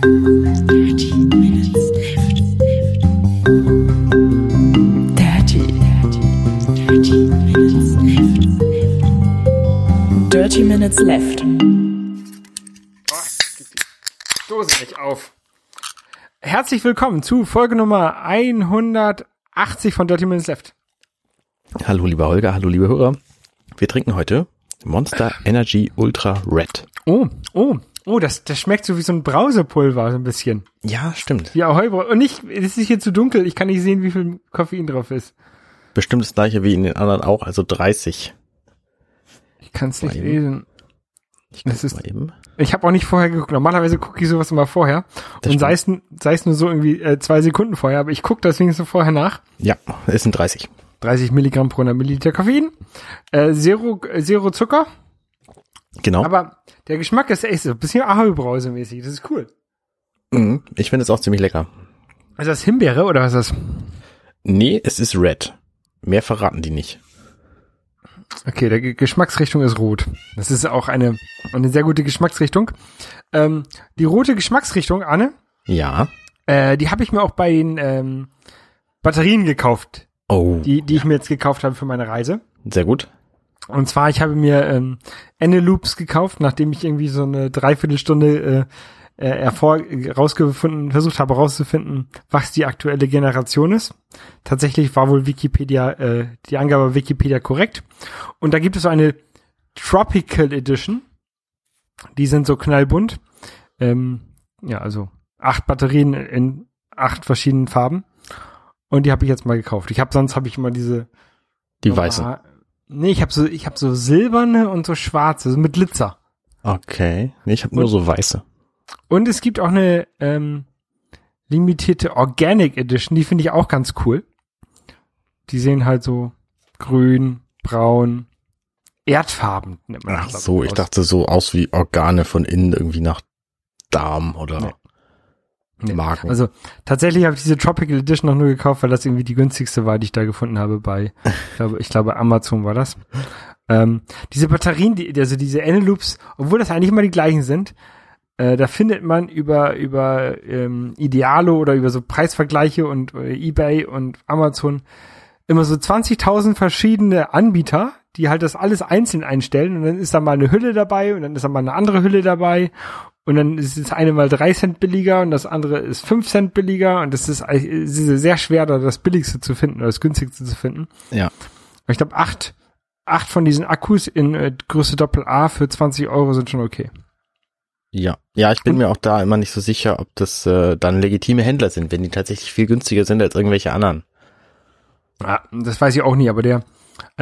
Dirty Minutes Left. Stoße nicht auf. Herzlich willkommen zu Folge Nummer 180 von Dirty Minutes Left. Hallo lieber Holger, hallo liebe Hörer. Wir trinken heute Monster Energy Ultra Red. Oh, das schmeckt so wie so ein Brausepulver, so ein bisschen. Ja, stimmt. Ja, Heubrau. Und es ist hier zu dunkel, ich kann nicht sehen, wie viel Koffein drauf ist. Bestimmt das gleiche wie in den anderen auch, also 30. Ich kann es nicht lesen. Ich habe auch nicht vorher geguckt. Normalerweise gucke ich sowas immer vorher. Das und sei es nur so irgendwie 2 Sekunden vorher, aber ich gucke deswegen so vorher nach. Ja, es sind 30. 30 Milligramm pro 100 Milliliter Koffein. Zero Zucker. Genau. Aber der Geschmack ist echt so ein bisschen Ahoi-Brause-mäßig. Das ist cool. Ich finde es auch ziemlich lecker. Ist das Himbeere oder was ist das? Nee, es ist Red. Mehr verraten die nicht. Okay, die Geschmacksrichtung ist rot. Das ist auch eine sehr gute Geschmacksrichtung. Die rote Geschmacksrichtung, Anne? Ja. Die habe ich mir auch bei den Batterien gekauft. Oh. Die ich mir jetzt gekauft habe für meine Reise. Sehr gut. Und zwar, ich habe mir Eneloops gekauft, nachdem ich irgendwie so eine Dreiviertelstunde versucht habe herauszufinden, was die aktuelle Generation ist. Tatsächlich war wohl Wikipedia, die Angabe Wikipedia korrekt. Und da gibt es so eine Tropical Edition. Die sind so knallbunt. Also 8 Batterien in 8 verschiedenen Farben. Und die habe ich jetzt mal gekauft. Sonst habe ich immer die weiße. Nee, ich habe so silberne und so schwarze, so mit Glitzer. Okay. Nee, ich habe nur so weiße. Und es gibt auch eine limitierte Organic Edition, die finde ich auch ganz cool. Die sehen halt so grün, braun, erdfarben. Nennt man Ach so, ich dachte so aus wie Organe von innen irgendwie nach Darm oder Magen. Also tatsächlich habe ich diese Tropical Edition noch nur gekauft, weil das irgendwie die günstigste war, die ich da gefunden habe bei, ich glaube Amazon war das. Diese Batterien, diese Eneloops, obwohl das eigentlich immer die gleichen sind, da findet man über Idealo oder über so Preisvergleiche und eBay und Amazon immer so 20.000 verschiedene Anbieter, die halt das alles einzeln einstellen und dann ist da mal eine Hülle dabei und dann ist da mal eine andere Hülle dabei und dann ist das eine mal 3 Cent billiger und das andere ist 5 Cent billiger und es ist sehr schwer, da das billigste zu finden oder das günstigste zu finden. Ja. Aber ich glaube, 8 von diesen Akkus in Größe AA für 20 € sind schon okay. Ja, ich bin mir auch da immer nicht so sicher, ob das dann legitime Händler sind, wenn die tatsächlich viel günstiger sind als irgendwelche anderen. Ja, das weiß ich auch nie, aber der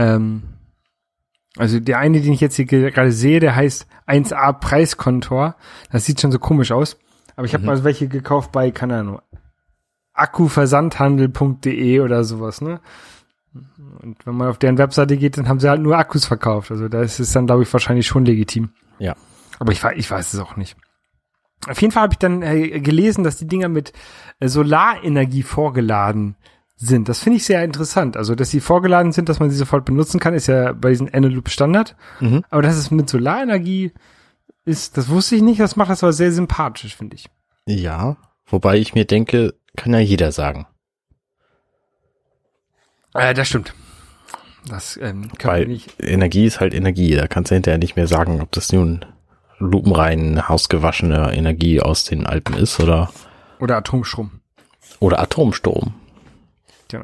eine, den ich jetzt hier gerade sehe, der heißt 1A Preiskontor. Das sieht schon so komisch aus. Aber ich habe mal welche gekauft bei, keine Ahnung, akkuversandhandel.de oder sowas, ne? Und wenn man auf deren Webseite geht, dann haben sie halt nur Akkus verkauft. Also da ist es dann, glaube ich, wahrscheinlich schon legitim. Ja. Aber ich weiß es auch nicht. Auf jeden Fall habe ich dann gelesen, dass die Dinger mit Solarenergie vorgeladen sind. Das finde ich sehr interessant. Also, dass sie vorgeladen sind, dass man sie sofort benutzen kann, ist ja bei diesen Eneloop Standard. Aber dass es mit Solarenergie ist, das wusste ich nicht. Das macht das aber sehr sympathisch, finde ich. Ja, wobei ich mir denke, kann ja jeder sagen. Das stimmt. Das können wir nicht. Energie ist halt Energie. Da kannst du hinterher nicht mehr sagen, ob das nun lupenrein hausgewaschene Energie aus den Alpen ist oder Atomstrom. Oder Atomstrom. Genau.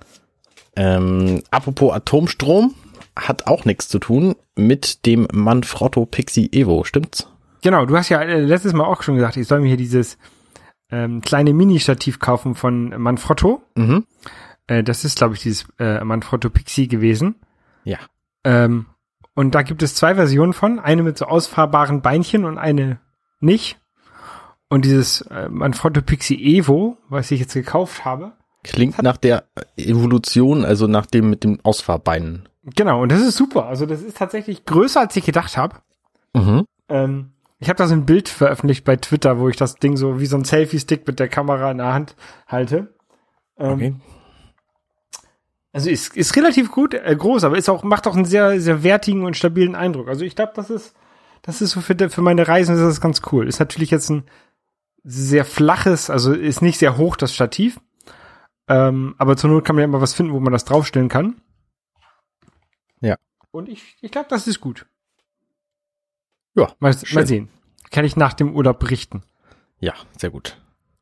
Apropos Atomstrom, hat auch nichts zu tun mit dem Manfrotto Pixie Evo, stimmt's? Genau, du hast ja letztes Mal auch schon gesagt, ich soll mir hier dieses kleine Mini-Stativ kaufen von Manfrotto. Das ist, glaube ich, dieses Manfrotto Pixie gewesen. Ja. Und da gibt es 2 Versionen von. Eine mit so ausfahrbaren Beinchen und eine nicht. Und dieses Manfrotto Pixie Evo, was ich jetzt gekauft habe. Klingt nach der Evolution, also nach dem mit den Ausfahrbeinen. Genau, und das ist super. Also das ist tatsächlich größer, als ich gedacht habe. Ich habe da so ein Bild veröffentlicht bei Twitter, wo ich das Ding so wie so ein Selfie-Stick mit der Kamera in der Hand halte. Okay. Also ist relativ gut, groß, aber macht auch einen sehr, sehr wertigen und stabilen Eindruck. Also ich glaube, das ist so für meine Reisen ist das ganz cool. Ist natürlich jetzt sehr flaches, also ist nicht sehr hoch, das Stativ. Aber zur Not kann man ja immer was finden, wo man das draufstellen kann. Ja. Und ich glaube, das ist gut. Ja, mal sehen. Kann ich nach dem Urlaub berichten. Ja, sehr gut.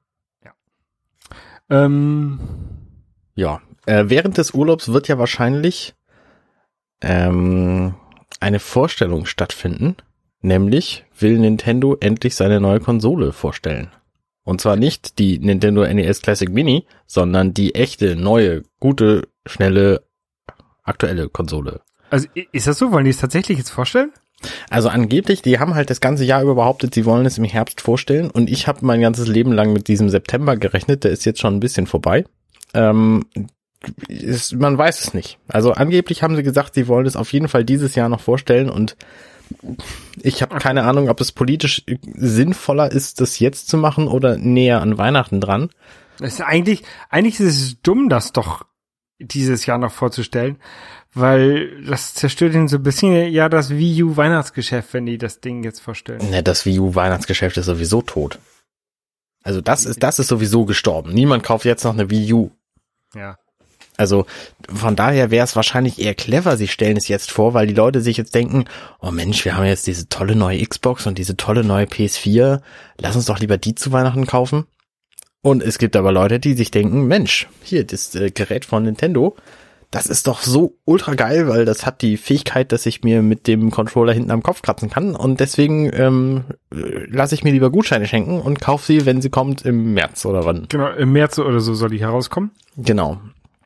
Ja. Während des Urlaubs wird ja wahrscheinlich eine Vorstellung stattfinden, nämlich will Nintendo endlich seine neue Konsole vorstellen. Und zwar nicht die Nintendo NES Classic Mini, sondern die echte, neue, gute, schnelle, aktuelle Konsole. Also ist das so? Wollen die es tatsächlich jetzt vorstellen? Also angeblich, die haben halt das ganze Jahr über behauptet, sie wollen es im Herbst vorstellen und ich habe mein ganzes Leben lang mit diesem September gerechnet, der ist jetzt schon ein bisschen vorbei. Man weiß es nicht. Also angeblich haben sie gesagt, sie wollen es auf jeden Fall dieses Jahr noch vorstellen und ich habe keine Ahnung, ob es politisch sinnvoller ist, das jetzt zu machen oder näher an Weihnachten dran. Das ist eigentlich ist es dumm, das doch dieses Jahr noch vorzustellen, weil das zerstört ihnen so ein bisschen ja das Wii U Weihnachtsgeschäft, wenn die das Ding jetzt vorstellen. Ne, das Wii U Weihnachtsgeschäft ist sowieso tot. Also das ist sowieso gestorben. Niemand kauft jetzt noch eine Wii U. Ja. Also von daher wäre es wahrscheinlich eher clever, sie stellen es jetzt vor, weil die Leute sich jetzt denken, oh Mensch, wir haben jetzt diese tolle neue Xbox und diese tolle neue PS4, lass uns doch lieber die zu Weihnachten kaufen. Und es gibt aber Leute, die sich denken, Mensch, hier, das Gerät von Nintendo, das ist doch so ultra geil, weil das hat die Fähigkeit, dass ich mir mit dem Controller hinten am Kopf kratzen kann und deswegen lasse ich mir lieber Gutscheine schenken und kaufe sie, wenn sie kommt im März oder wann. Genau, im März oder so soll die herauskommen. Genau.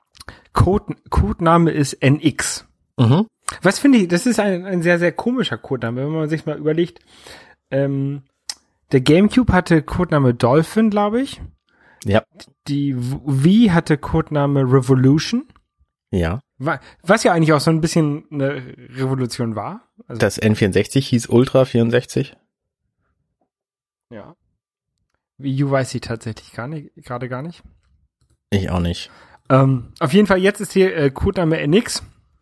Codename ist NX. Mhm. Was finde ich, das ist ein sehr, sehr komischer Codename, wenn man sich mal überlegt. Der GameCube hatte Codename Dolphin, glaube ich. Ja. Die Wii hatte Codename Revolution. Ja. Was ja eigentlich auch so ein bisschen eine Revolution war. Also, Das N64 hieß Ultra 64. ja. Wii U weiß ich tatsächlich gerade gar nicht. Ich auch nicht. Auf jeden Fall, jetzt ist hier Codename NX.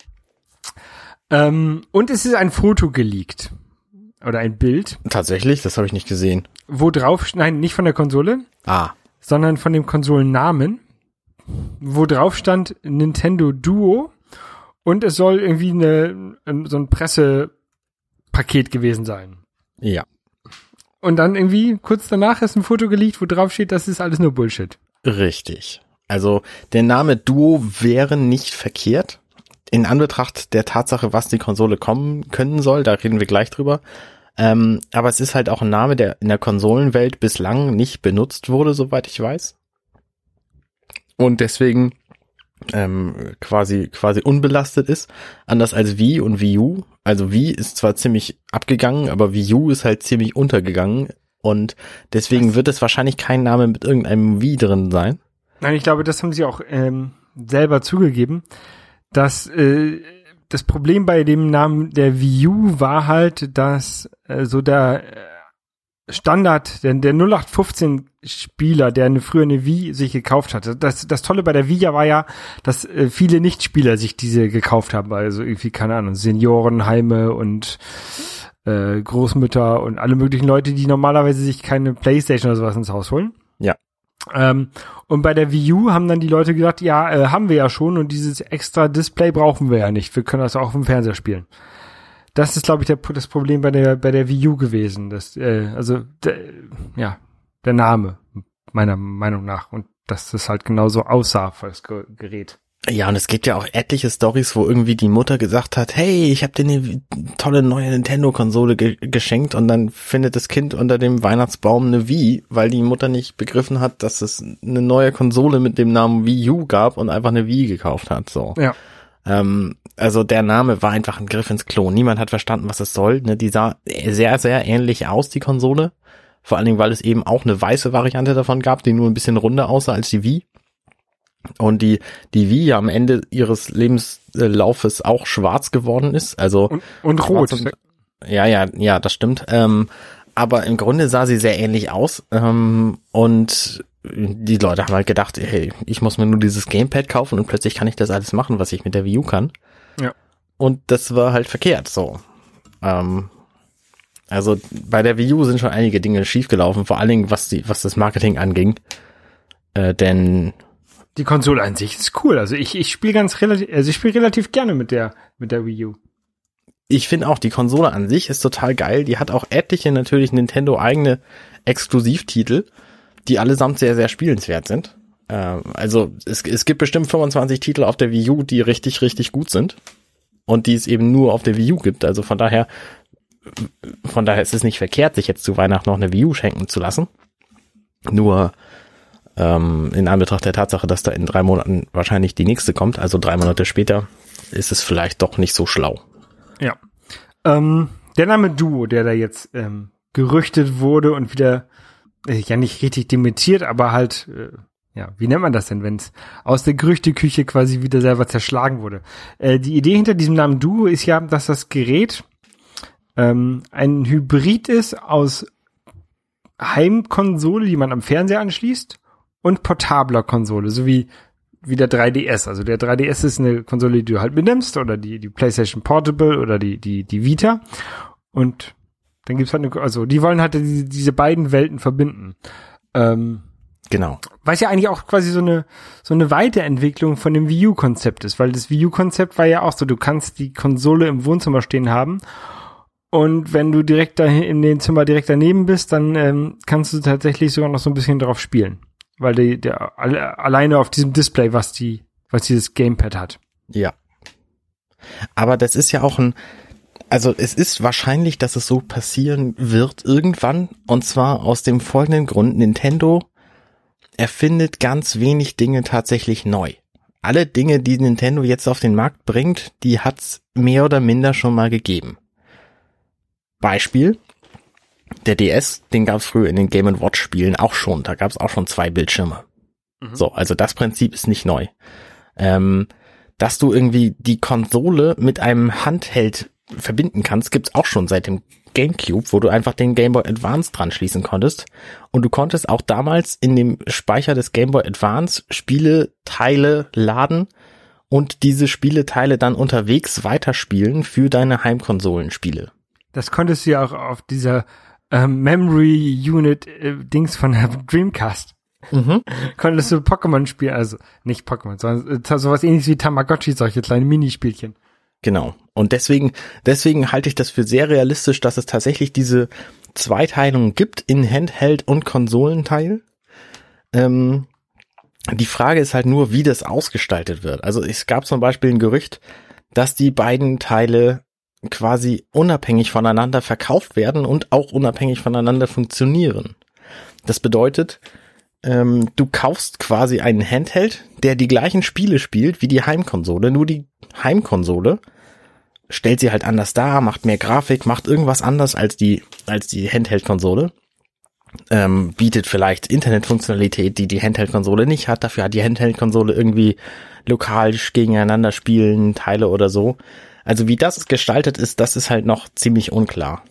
Und es ist ein Foto geleakt. Oder ein Bild. Tatsächlich? Das habe ich nicht gesehen. Wo drauf, nein, nicht von der Konsole, sondern von dem Konsolennamen, wo drauf stand Nintendo Duo und es soll irgendwie so ein Pressepaket gewesen sein. Ja. Und dann irgendwie kurz danach ist ein Foto geleakt, wo drauf steht, das ist alles nur Bullshit. Richtig. Also der Name Duo wäre nicht verkehrt. In Anbetracht der Tatsache, was die Konsole können soll, da reden wir gleich drüber. Aber es ist halt auch ein Name, der in der Konsolenwelt bislang nicht benutzt wurde, soweit ich weiß. Und deswegen quasi unbelastet ist. Anders als Wii und Wii U. Also Wii ist zwar ziemlich abgegangen, aber Wii U ist halt ziemlich untergegangen. Und deswegen wird es wahrscheinlich kein Name mit irgendeinem Wii drin sein. Nein, ich glaube, das haben sie auch selber zugegeben, dass das Problem bei dem Namen der Wii U war halt, dass so der Standard, der 0815-Spieler, der früher eine Wii sich gekauft hatte. Das Tolle bei der Wii war ja, dass viele Nichtspieler sich diese gekauft haben. Also irgendwie, keine Ahnung, Seniorenheime und Großmütter und alle möglichen Leute, die normalerweise sich keine Playstation oder sowas ins Haus holen. Ja. Und bei der Wii U haben dann die Leute gesagt, ja, haben wir ja schon und dieses extra Display brauchen wir ja nicht. Wir können das auch im Fernseher spielen. Das ist, glaube ich, das Problem bei der Wii U gewesen. Der Name, meiner Meinung nach. Und dass das halt genauso aussah für das Gerät. Ja, und es gibt ja auch etliche Storys, wo irgendwie die Mutter gesagt hat, hey, ich habe dir eine tolle neue Nintendo-Konsole geschenkt und dann findet das Kind unter dem Weihnachtsbaum eine Wii, weil die Mutter nicht begriffen hat, dass es eine neue Konsole mit dem Namen Wii U gab und einfach eine Wii gekauft hat. So. Ja. Also der Name war einfach ein Griff ins Klo. Niemand hat verstanden, was es soll. Ne, die sah sehr, sehr ähnlich aus, die Konsole. Vor allen Dingen, weil es eben auch eine weiße Variante davon gab, die nur ein bisschen runder aussah als die Wii. Und die Wii ja am Ende ihres Lebenslaufes auch schwarz geworden ist, also und rot. Ja, das stimmt. Aber im Grunde sah sie sehr ähnlich aus. Und die Leute haben halt gedacht, hey, ich muss mir nur dieses Gamepad kaufen und plötzlich kann ich das alles machen, was ich mit der Wii U kann. Ja. Und das war halt verkehrt, so. Also bei der Wii U sind schon einige Dinge schiefgelaufen, vor allen Dingen was das Marketing anging. Denn die Konsole an sich ist cool. Also ich spiele relativ gerne mit der Wii U. Ich finde auch, die Konsole an sich ist total geil. Die hat auch etliche natürlich Nintendo eigene Exklusivtitel, die allesamt sehr, sehr spielenswert sind. Also es gibt bestimmt 25 Titel auf der Wii U, die richtig, richtig gut sind. Und die es eben nur auf der Wii U gibt. Also von daher ist es nicht verkehrt, sich jetzt zu Weihnachten noch eine Wii U schenken zu lassen. Nur in Anbetracht der Tatsache, dass da in 3 Monaten wahrscheinlich die nächste kommt, also 3 Monate später, ist es vielleicht doch nicht so schlau. Ja. Der Name Duo, der da jetzt gerüchtet wurde und wieder ja nicht richtig dementiert, aber halt wie nennt man das denn, wenn es aus der Gerüchteküche quasi wieder selber zerschlagen wurde? Die Idee hinter diesem Namen Duo ist ja, dass das Gerät ein Hybrid ist aus Heimkonsole, die man am Fernseher anschließt, und portabler Konsole, so wie der 3DS. Also der 3DS ist eine Konsole, die du halt mitnimmst, oder die PlayStation Portable oder die Vita. Und dann gibt's halt die wollen halt diese beiden Welten verbinden. Genau. Was ja eigentlich auch quasi so eine Weiterentwicklung von dem Wii U-Konzept ist, weil das Wii U-Konzept war ja auch so, du kannst die Konsole im Wohnzimmer stehen haben und wenn du direkt da in dem Zimmer direkt daneben bist, dann kannst du tatsächlich sogar noch so ein bisschen drauf spielen, weil alleine auf diesem Display, was dieses Gamepad hat. Ja. Aber das ist ja auch also es ist wahrscheinlich, dass es so passieren wird irgendwann, und zwar aus dem folgenden Grund: Nintendo erfindet ganz wenig Dinge tatsächlich neu. Alle Dinge, die Nintendo jetzt auf den Markt bringt, die hat's mehr oder minder schon mal gegeben. Beispiel: der DS, den gab's früher in den Game & Watch Spielen auch schon. Da gab's auch schon 2 Bildschirme. So, also das Prinzip ist nicht neu. Dass du irgendwie die Konsole mit einem Handheld verbinden kannst, gibt's auch schon seit dem GameCube, wo du einfach den Game Boy Advance dran schließen konntest. Und du konntest auch damals in dem Speicher des Game Boy Advance Spieleteile laden und diese Spieleteile dann unterwegs weiterspielen für deine Heimkonsolenspiele. Das konntest du ja auch auf dieser Memory Unit Dings von der Dreamcast. Konntest du Pokémon spielen, also nicht Pokémon, sondern sowas ähnliches wie Tamagotchi, solche kleine Minispielchen. Genau. Und deswegen halte ich das für sehr realistisch, dass es tatsächlich diese Zweiteilung gibt in Handheld und Konsolenteil. Die Frage ist halt nur, wie das ausgestaltet wird. Also es gab zum Beispiel ein Gerücht, dass die beiden Teile quasi unabhängig voneinander verkauft werden und auch unabhängig voneinander funktionieren. Das bedeutet, du kaufst quasi einen Handheld, der die gleichen Spiele spielt wie die Heimkonsole, nur die Heimkonsole stellt sie halt anders dar, macht mehr Grafik, macht irgendwas anders als die Handheld-Konsole, bietet vielleicht Internetfunktionalität, die Handheld-Konsole nicht hat, dafür hat die Handheld-Konsole irgendwie lokal gegeneinander spielen, Teile oder so. Also wie das gestaltet ist, das ist halt noch ziemlich unklar.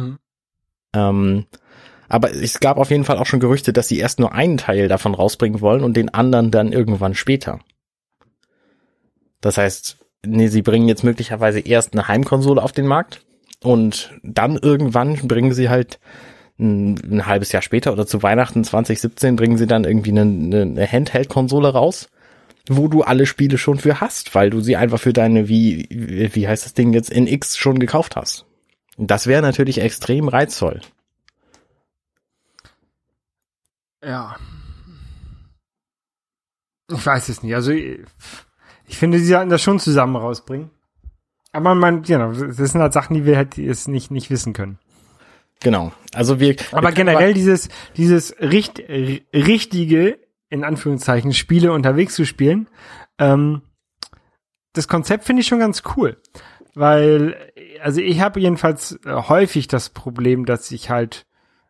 Aber es gab auf jeden Fall auch schon Gerüchte, dass sie erst nur einen Teil davon rausbringen wollen und den anderen dann irgendwann später. Das heißt, sie bringen jetzt möglicherweise erst eine Heimkonsole auf den Markt und dann irgendwann bringen sie halt ein halbes Jahr später oder zu Weihnachten 2017 bringen sie dann irgendwie eine Handheld-Konsole raus, wo du alle Spiele schon für hast, weil du sie einfach für deine, wie heißt das Ding jetzt, NX schon gekauft hast. Das wäre natürlich extrem reizvoll. Ja. Ich weiß es nicht. Also ich finde, sie sollten das schon zusammen rausbringen. Aber das sind halt Sachen, die wir halt jetzt nicht wissen können. Genau. Also aber generell dieses richtige, in Anführungszeichen, Spiele unterwegs zu spielen, das Konzept finde ich schon ganz cool. Weil, also ich habe jedenfalls häufig das Problem, dass ich halt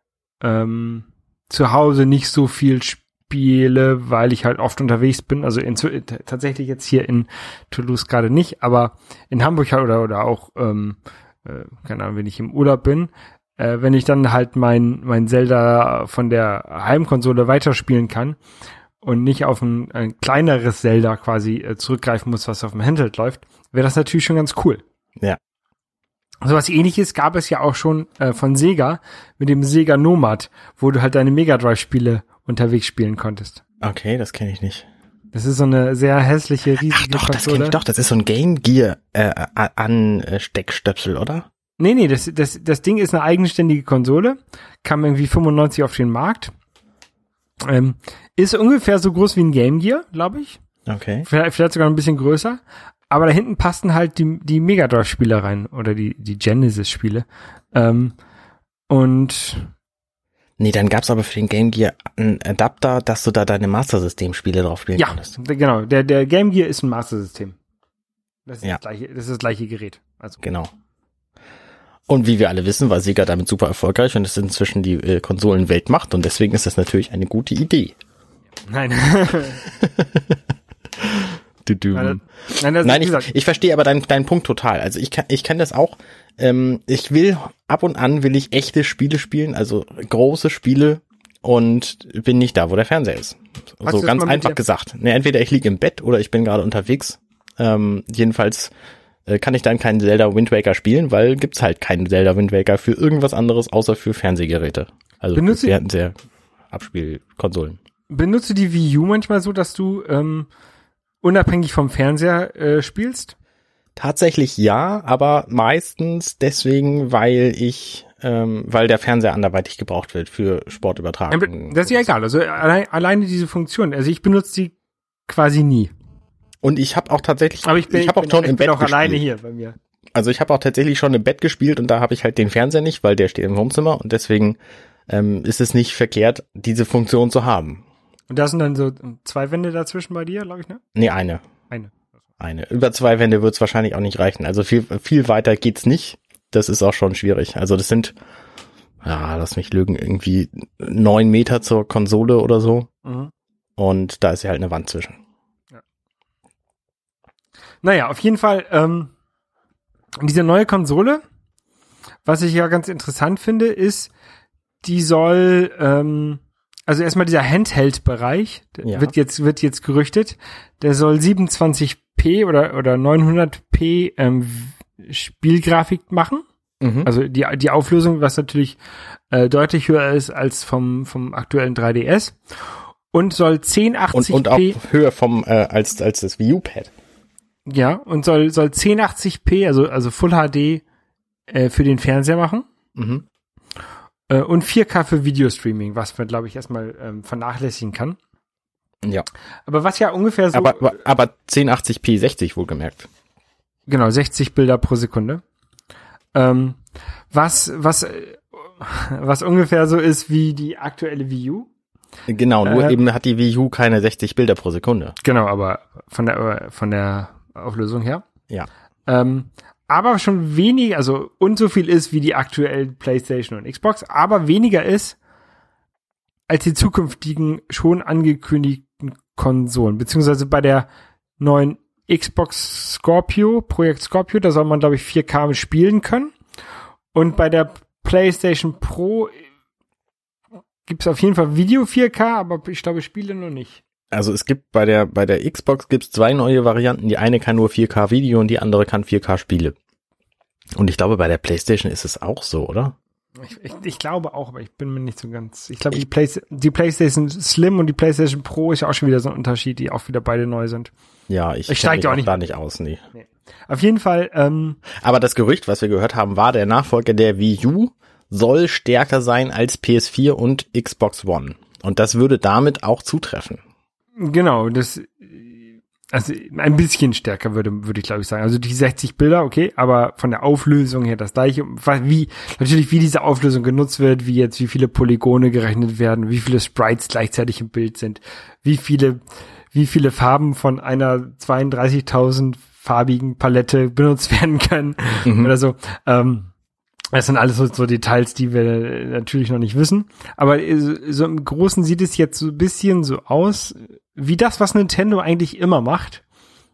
zu Hause nicht so viel spiele, weil ich halt oft unterwegs bin. Also tatsächlich jetzt hier in Toulouse gerade nicht, aber in Hamburg halt oder auch, keine Ahnung, wenn ich im Urlaub bin, wenn ich dann halt mein Zelda von der Heimkonsole weiterspielen kann und nicht auf ein kleineres Zelda quasi zurückgreifen muss, was auf dem Handheld läuft, wäre das natürlich schon ganz cool. Ja. Sowas Ähnliches gab es ja auch schon von Sega mit dem Sega Nomad, wo du halt deine Mega Drive-Spiele unterwegs spielen konntest. Okay, das kenne ich nicht. Das ist so eine sehr hässliche, riesige Das Konsole. kenne ich doch. Das ist so ein Game Gear Ansteckstöpsel, oder? Nee, das Ding ist eine eigenständige Konsole, kam irgendwie 95 auf den Markt. Ist ungefähr so groß wie ein Game Gear, glaube ich. Okay. Vielleicht sogar ein bisschen größer. Aber da hinten passten halt die Mega Drive-Spiele rein oder die Genesis-Spiele. Und nee, dann gab's aber für den Game Gear einen Adapter, dass du da deine Master System-Spiele drauf spielen konntest. Ja, genau. Der Game Gear ist ein Master System. Das ist Ja. das ist das gleiche Gerät. Also Genau. Und wie wir alle wissen, war Sega damit super erfolgreich und ist inzwischen die Konsolen-Weltmacht und deswegen ist das natürlich eine gute Idee. nein. Nein, ich verstehe aber deinen Punkt total. Also ich kann das auch. Ich will ab und an echte Spiele spielen, also große Spiele und bin nicht da, wo der Fernseher ist. So ganz einfach gesagt. Ne, entweder ich liege im Bett oder ich bin gerade unterwegs. Jedenfalls kann ich dann keinen Zelda Wind Waker spielen, weil gibt's halt keinen Zelda Wind Waker für irgendwas anderes außer für Fernsehgeräte. Also für Fernseher-Abspielkonsolen. Benutzt du die Wii U manchmal so, dass du unabhängig vom Fernseher spielst? Tatsächlich ja, aber meistens deswegen, weil der Fernseher anderweitig gebraucht wird für Sportübertragung. Das ist ja egal. Also alleine diese Funktion. Also ich benutze die quasi nie. Und ich habe auch tatsächlich, aber ich bin auch alleine hier bei mir. Also ich habe auch tatsächlich schon im Bett gespielt und da habe ich halt den Fernseher nicht, weil der steht im Wohnzimmer und deswegen ist es nicht verkehrt, diese Funktion zu haben. Und da sind dann so 2 Wände dazwischen bei dir, glaube ich, ne? Nee, eine. Eine. Über 2 Wände wird es wahrscheinlich auch nicht reichen. Also viel weiter geht's nicht. Das ist auch schon schwierig. Also das sind, lass mich lügen, irgendwie 9 Meter zur Konsole oder so. Mhm. Und da ist ja halt eine Wand zwischen. Ja. Naja, auf jeden Fall, diese neue Konsole, was ich ja ganz interessant finde, ist, die soll, also erstmal dieser Handheld-Bereich, wird jetzt gerüchtet, der soll 27p oder 900p Spielgrafik machen. Mhm. Also die Auflösung, was natürlich deutlich höher ist als vom aktuellen 3DS. Und soll 1080p. Und auch höher als das Wii U-Pad. Ja, und soll 1080p, also Full HD für den Fernseher machen. Mhm. Und 4K für Videostreaming, was man, glaube ich, erstmal vernachlässigen kann. Ja. Aber was ja ungefähr so... Aber 1080p 60 wohlgemerkt. Genau, 60 Bilder pro Sekunde. Was ungefähr so ist wie die aktuelle Wii U. Genau, nur eben hat die Wii U keine 60 Bilder pro Sekunde. Genau, aber von der Auflösung her. Ja. Aber schon weniger, also und so viel ist wie die aktuellen PlayStation und Xbox, aber weniger ist als die zukünftigen schon angekündigten Konsolen, beziehungsweise bei der neuen Xbox Projekt Scorpio, da soll man, glaube ich, 4K spielen können. Und bei der PlayStation Pro gibt es auf jeden Fall Video 4K, aber ich glaube, Spiele noch nicht. Also es gibt bei der Xbox gibt's 2 neue Varianten. Die eine kann nur 4K Video und die andere kann 4K Spiele. Und ich glaube, bei der PlayStation ist es auch so, oder? Ich glaube auch, aber ich bin mir nicht so ganz... Ich glaube, die PlayStation Slim und die PlayStation Pro ist ja auch schon wieder so ein Unterschied, die auch wieder beide neu sind. Ja, ich steige auch da nicht aus, nee. Auf jeden Fall... aber das Gerücht, was wir gehört haben, war, der Nachfolger der Wii U soll stärker sein als PS4 und Xbox One. Und das würde damit auch zutreffen. Genau, also ein bisschen stärker würde ich glaube ich sagen. Also die 60 Bilder, okay, aber von der Auflösung her das gleiche. Wie diese Auflösung genutzt wird, wie viele Polygone gerechnet werden, wie viele Sprites gleichzeitig im Bild sind, wie viele Farben von einer 32.000 farbigen Palette benutzt werden können oder so. Das sind alles so Details, die wir natürlich noch nicht wissen. Aber so im Großen sieht es jetzt so ein bisschen so aus, wie das, was Nintendo eigentlich immer macht.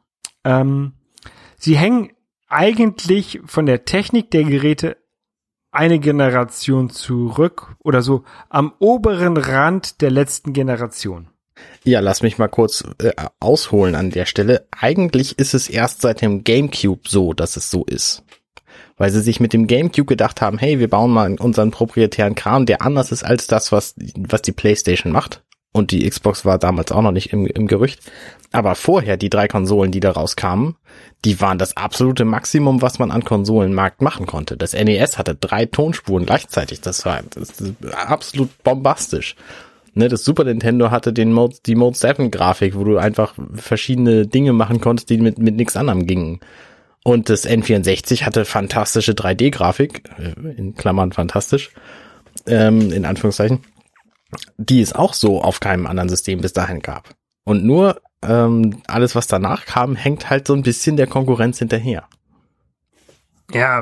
Sie hängen eigentlich von der Technik der Geräte eine Generation zurück oder so am oberen Rand der letzten Generation. Ja, lass mich mal kurz ausholen an der Stelle. Eigentlich ist es erst seit dem GameCube so, dass es so ist. weil sie sich mit dem GameCube gedacht haben, hey, wir bauen mal unseren proprietären Kram, der anders ist als das, was die PlayStation macht. Und die Xbox war damals auch noch nicht im Gerücht. Aber vorher, die 3 Konsolen, die da rauskamen, die waren das absolute Maximum, was man an Konsolenmarkt machen konnte. Das NES hatte 3 Tonspuren gleichzeitig. Das ist absolut bombastisch. Ne, das Super Nintendo hatte die Mode 7 Grafik, wo du einfach verschiedene Dinge machen konntest, die mit nichts anderem gingen. Und das N64 hatte fantastische 3D-Grafik, in Klammern fantastisch, in Anführungszeichen, die es auch so auf keinem anderen System bis dahin gab. Und nur alles, was danach kam, hängt halt so ein bisschen der Konkurrenz hinterher. Ja,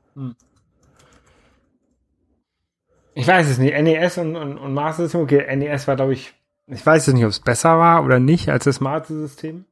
ich weiß es nicht. NES und Master System, okay, NES war, glaube ich weiß es nicht, ob es besser war oder nicht als das Master System.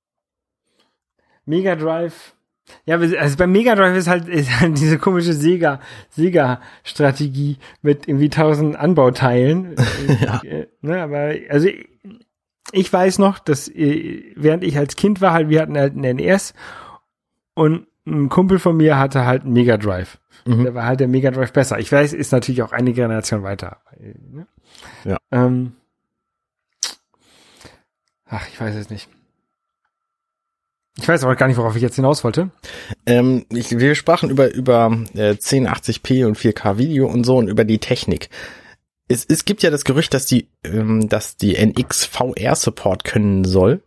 Mega Drive, ja, also beim Mega Drive ist halt diese komische Sega-Strategie mit irgendwie 1000 Anbauteilen. Ja. Ne, aber, also, ich weiß noch, dass, während ich als Kind war, wir hatten halt einen NES und ein Kumpel von mir hatte halt einen Mega Drive. Mhm. Da war halt der Mega Drive besser. Ich weiß, ist natürlich auch eine Generation weiter. Ne? Ja. Ich weiß es nicht. Ich weiß aber gar nicht, worauf ich jetzt hinaus wollte. Wir sprachen über 1080p und 4K Video und so und über die Technik. Es gibt ja das Gerücht, dass die NX VR Support können soll.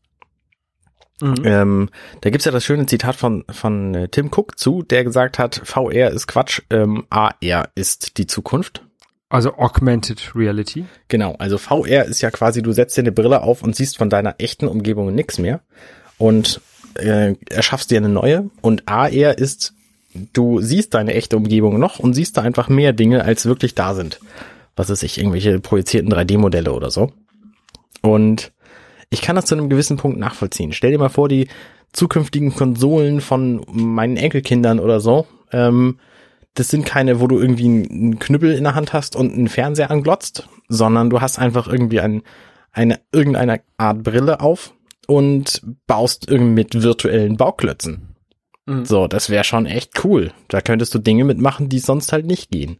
Mhm. Da gibt's ja das schöne Zitat von Tim Cook zu, der gesagt hat, VR ist Quatsch, AR ist die Zukunft. Also Augmented Reality. Genau, also VR ist ja quasi, du setzt dir eine Brille auf und siehst von deiner echten Umgebung nichts mehr und erschaffst dir eine neue. Und AR ist, du siehst deine echte Umgebung noch und siehst da einfach mehr Dinge, als wirklich da sind. Was weiß ich, irgendwelche projizierten 3D-Modelle oder so. Und ich kann das zu einem gewissen Punkt nachvollziehen. Stell dir mal vor, die zukünftigen Konsolen von meinen Enkelkindern oder so, das sind keine, wo du irgendwie einen Knüppel in der Hand hast und einen Fernseher anglotzt, sondern du hast einfach irgendwie irgendeine Art Brille auf und baust irgendwie mit virtuellen Bauklötzen. Mhm. So, das wäre schon echt cool. Da könntest du Dinge mitmachen, die sonst halt nicht gehen.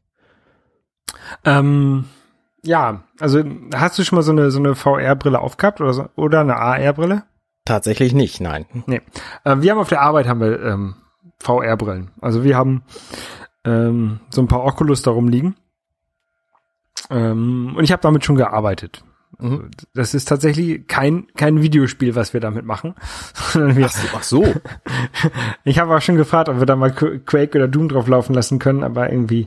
Ja, also hast du schon mal so eine VR-Brille aufgehabt oder eine AR-Brille? Tatsächlich nicht, nein. Nee. Wir haben auf der Arbeit VR-Brillen. Also wir haben so ein paar Oculus da rumliegen. Und ich habe damit schon gearbeitet. Also, das ist tatsächlich kein Videospiel, was wir damit machen. Ach so. Ich habe auch schon gefragt, ob wir da mal Quake oder Doom drauf laufen lassen können, aber irgendwie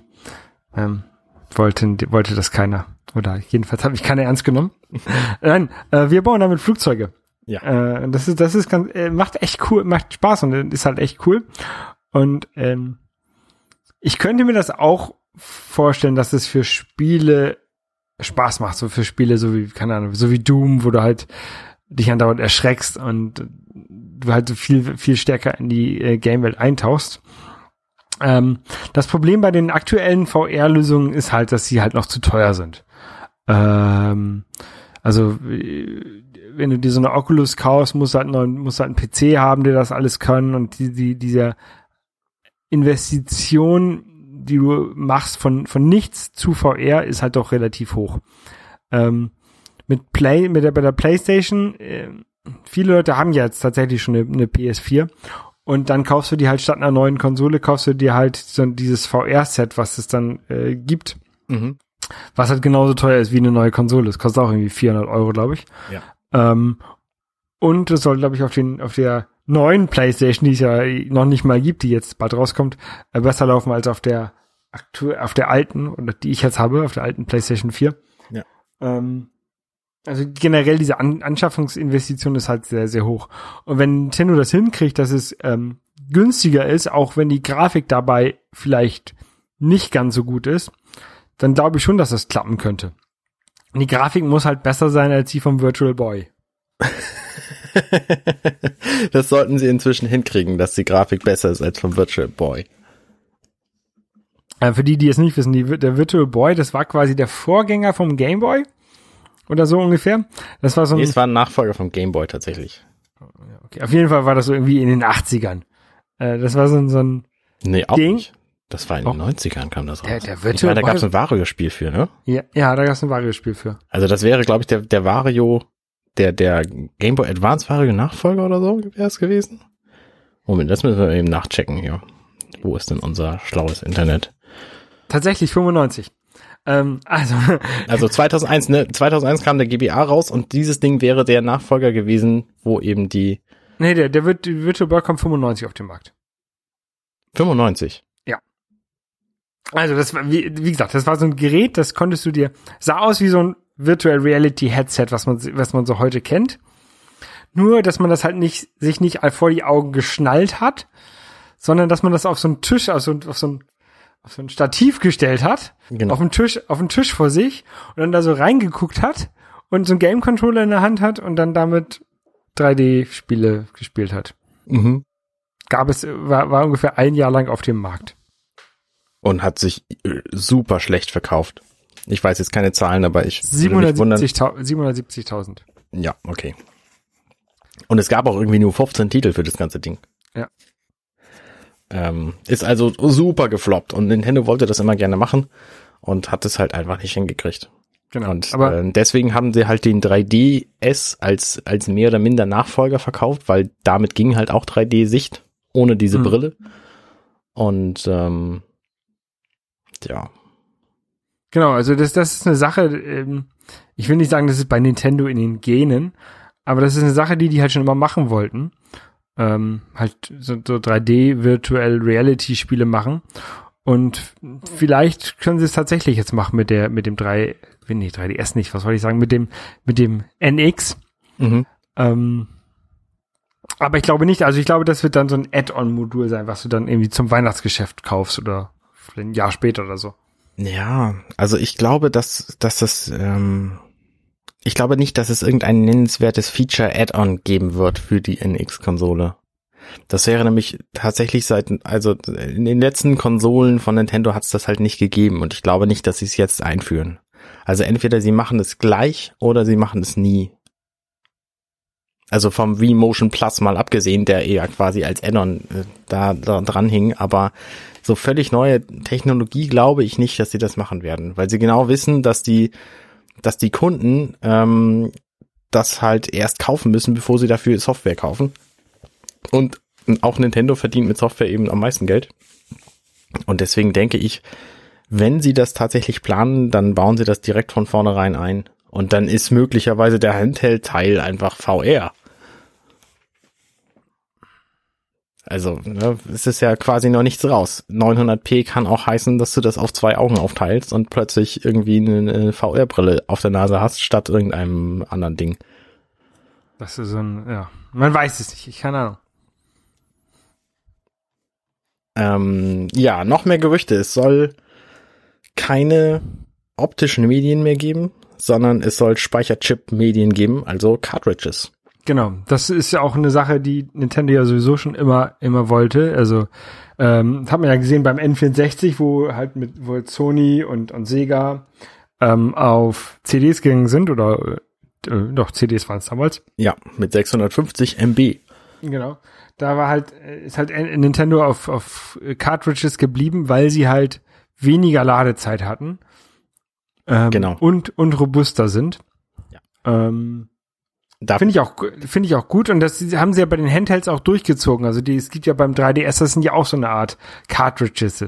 wollte das keiner. Oder jedenfalls habe ich keine ernst genommen. Nein, wir bauen damit Flugzeuge. Ja. Das ist ganz, macht echt cool, macht Spaß und ist halt echt cool. Und ich könnte mir das auch vorstellen, dass es für Spiele Spaß macht, so für Spiele, so wie, keine Ahnung, so wie Doom, wo du halt dich andauernd erschreckst und du halt so viel stärker in die Gamewelt eintauchst. Das Problem bei den aktuellen VR-Lösungen ist halt, dass sie halt noch zu teuer sind. Also wenn du dir so eine Oculus kaufst, musst du halt einen PC haben, der das alles kann und dieser Investition, die du machst von nichts zu VR, ist halt doch relativ hoch. Bei der PlayStation, viele Leute haben ja jetzt tatsächlich schon eine PS4 und dann kaufst du dir halt statt einer neuen Konsole, kaufst du dir halt so dieses VR-Set, was es dann gibt, was halt genauso teuer ist wie eine neue Konsole. Das kostet auch irgendwie 400 €, glaube ich. Ja. Und es soll, glaube ich, auf der neuen PlayStation, die es ja noch nicht mal gibt, die jetzt bald rauskommt, besser laufen als auf der alten, oder die ich jetzt habe, auf der alten PlayStation 4. Ja. Also generell diese Anschaffungsinvestition ist halt sehr, sehr hoch. Und wenn Nintendo das hinkriegt, dass es günstiger ist, auch wenn die Grafik dabei vielleicht nicht ganz so gut ist, dann glaube ich schon, dass das klappen könnte. Und die Grafik muss halt besser sein als die vom Virtual Boy. Das sollten sie inzwischen hinkriegen, dass die Grafik besser ist als vom Virtual Boy. Für die es nicht wissen, der Virtual Boy, das war quasi der Vorgänger vom Game Boy oder so ungefähr. Das war so es war ein Nachfolger vom Game Boy tatsächlich. Okay, auf jeden Fall war das so irgendwie in den 80ern. Das war so ein Nee, auch Ding. nicht. Das war in den 90ern kam das raus. Der Ich meine, da gab es ein Wario-Spiel für, ne? Ja, da gab es ein Wario-Spiel für. Also das wäre, glaube ich, der Wario, der Game Boy Advance Wario-Nachfolger oder so wäre es gewesen. Moment, das müssen wir eben nachchecken hier. Wo ist denn unser schlaues Internet? Tatsächlich 95. Also 2001, ne? 2001 kam der GBA raus und dieses Ding wäre der Nachfolger gewesen, wo eben die... Nee, der Virtual Boy kommt 95 auf den Markt. 95? Also das war, wie gesagt, das war so ein Gerät, das konntest du dir, sah aus wie so ein Virtual Reality Headset, was man so heute kennt. Nur, dass man das halt sich nicht vor die Augen geschnallt hat, sondern dass man das auf so einen Tisch, auf so ein Stativ gestellt hat, Genau. auf den Tisch vor sich und dann da so reingeguckt hat und so einen Game Controller in der Hand hat und dann damit 3D-Spiele gespielt hat. Mhm. War ungefähr ein Jahr lang auf dem Markt. Und hat sich super schlecht verkauft. Ich weiß jetzt keine Zahlen, aber ich würde mich wundern. 770.000. Ja, okay. Und es gab auch irgendwie nur 15 Titel für das ganze Ding. Ja. Ist also super gefloppt und Nintendo wollte das immer gerne machen und hat es halt einfach nicht hingekriegt. Genau. Und aber deswegen haben sie halt den 3DS als mehr oder minder Nachfolger verkauft, weil damit ging halt auch 3D-Sicht ohne diese Brille. Und ja. Genau, also das ist eine Sache, ich will nicht sagen, das ist bei Nintendo in den Genen, aber das ist eine Sache, die halt schon immer machen wollten. Halt so 3D Virtual Reality Spiele machen. Und vielleicht können sie es tatsächlich jetzt machen mit dem 3DS nicht, was soll ich sagen, mit dem NX. Mhm. Aber ich glaube nicht, also ich glaube, das wird dann so ein Add-on-Modul sein, was du dann irgendwie zum Weihnachtsgeschäft kaufst oder ein Jahr später oder so. Ja, also ich glaube, ich glaube nicht, dass es irgendein nennenswertes Feature-Add-on geben wird für die NX-Konsole. Das wäre nämlich tatsächlich also in den letzten Konsolen von Nintendo hat es das halt nicht gegeben und ich glaube nicht, dass sie es jetzt einführen. Also entweder sie machen es gleich oder sie machen es nie. Also vom Wii Motion Plus mal abgesehen, der eher quasi als Add-on da dran hing, aber so völlig neue Technologie glaube ich nicht, dass sie das machen werden, weil sie genau wissen, dass die Kunden das halt erst kaufen müssen, bevor sie dafür Software kaufen. Und auch Nintendo verdient mit Software eben am meisten Geld. Und deswegen denke ich, wenn sie das tatsächlich planen, dann bauen sie das direkt von vornherein ein. Und dann ist möglicherweise der Handheld-Teil einfach VR. Also, ne, es ist ja quasi noch nichts raus. 900p kann auch heißen, dass du das auf 2 Augen aufteilst und plötzlich irgendwie eine VR-Brille auf der Nase hast, statt irgendeinem anderen Ding. Das ist ja, man weiß es nicht, keine Ahnung. Ja, noch mehr Gerüchte. Es soll keine optischen Medien mehr geben, sondern es soll Speicherchip-Medien geben, also Cartridges. Genau, das ist ja auch eine Sache, die Nintendo ja sowieso schon immer wollte. Also hat man ja gesehen beim N64, wo Sony und Sega auf CDs gegangen sind oder doch CDs waren es damals. Ja, mit 650 MB. Genau. Da ist halt Nintendo auf Cartridges geblieben, weil sie halt weniger Ladezeit hatten. Genau. Und robuster sind. Ja. Finde ich auch gut und das haben sie ja bei den Handhelds auch durchgezogen. Also es gibt ja beim 3DS, das sind ja auch so eine Art Cartridges.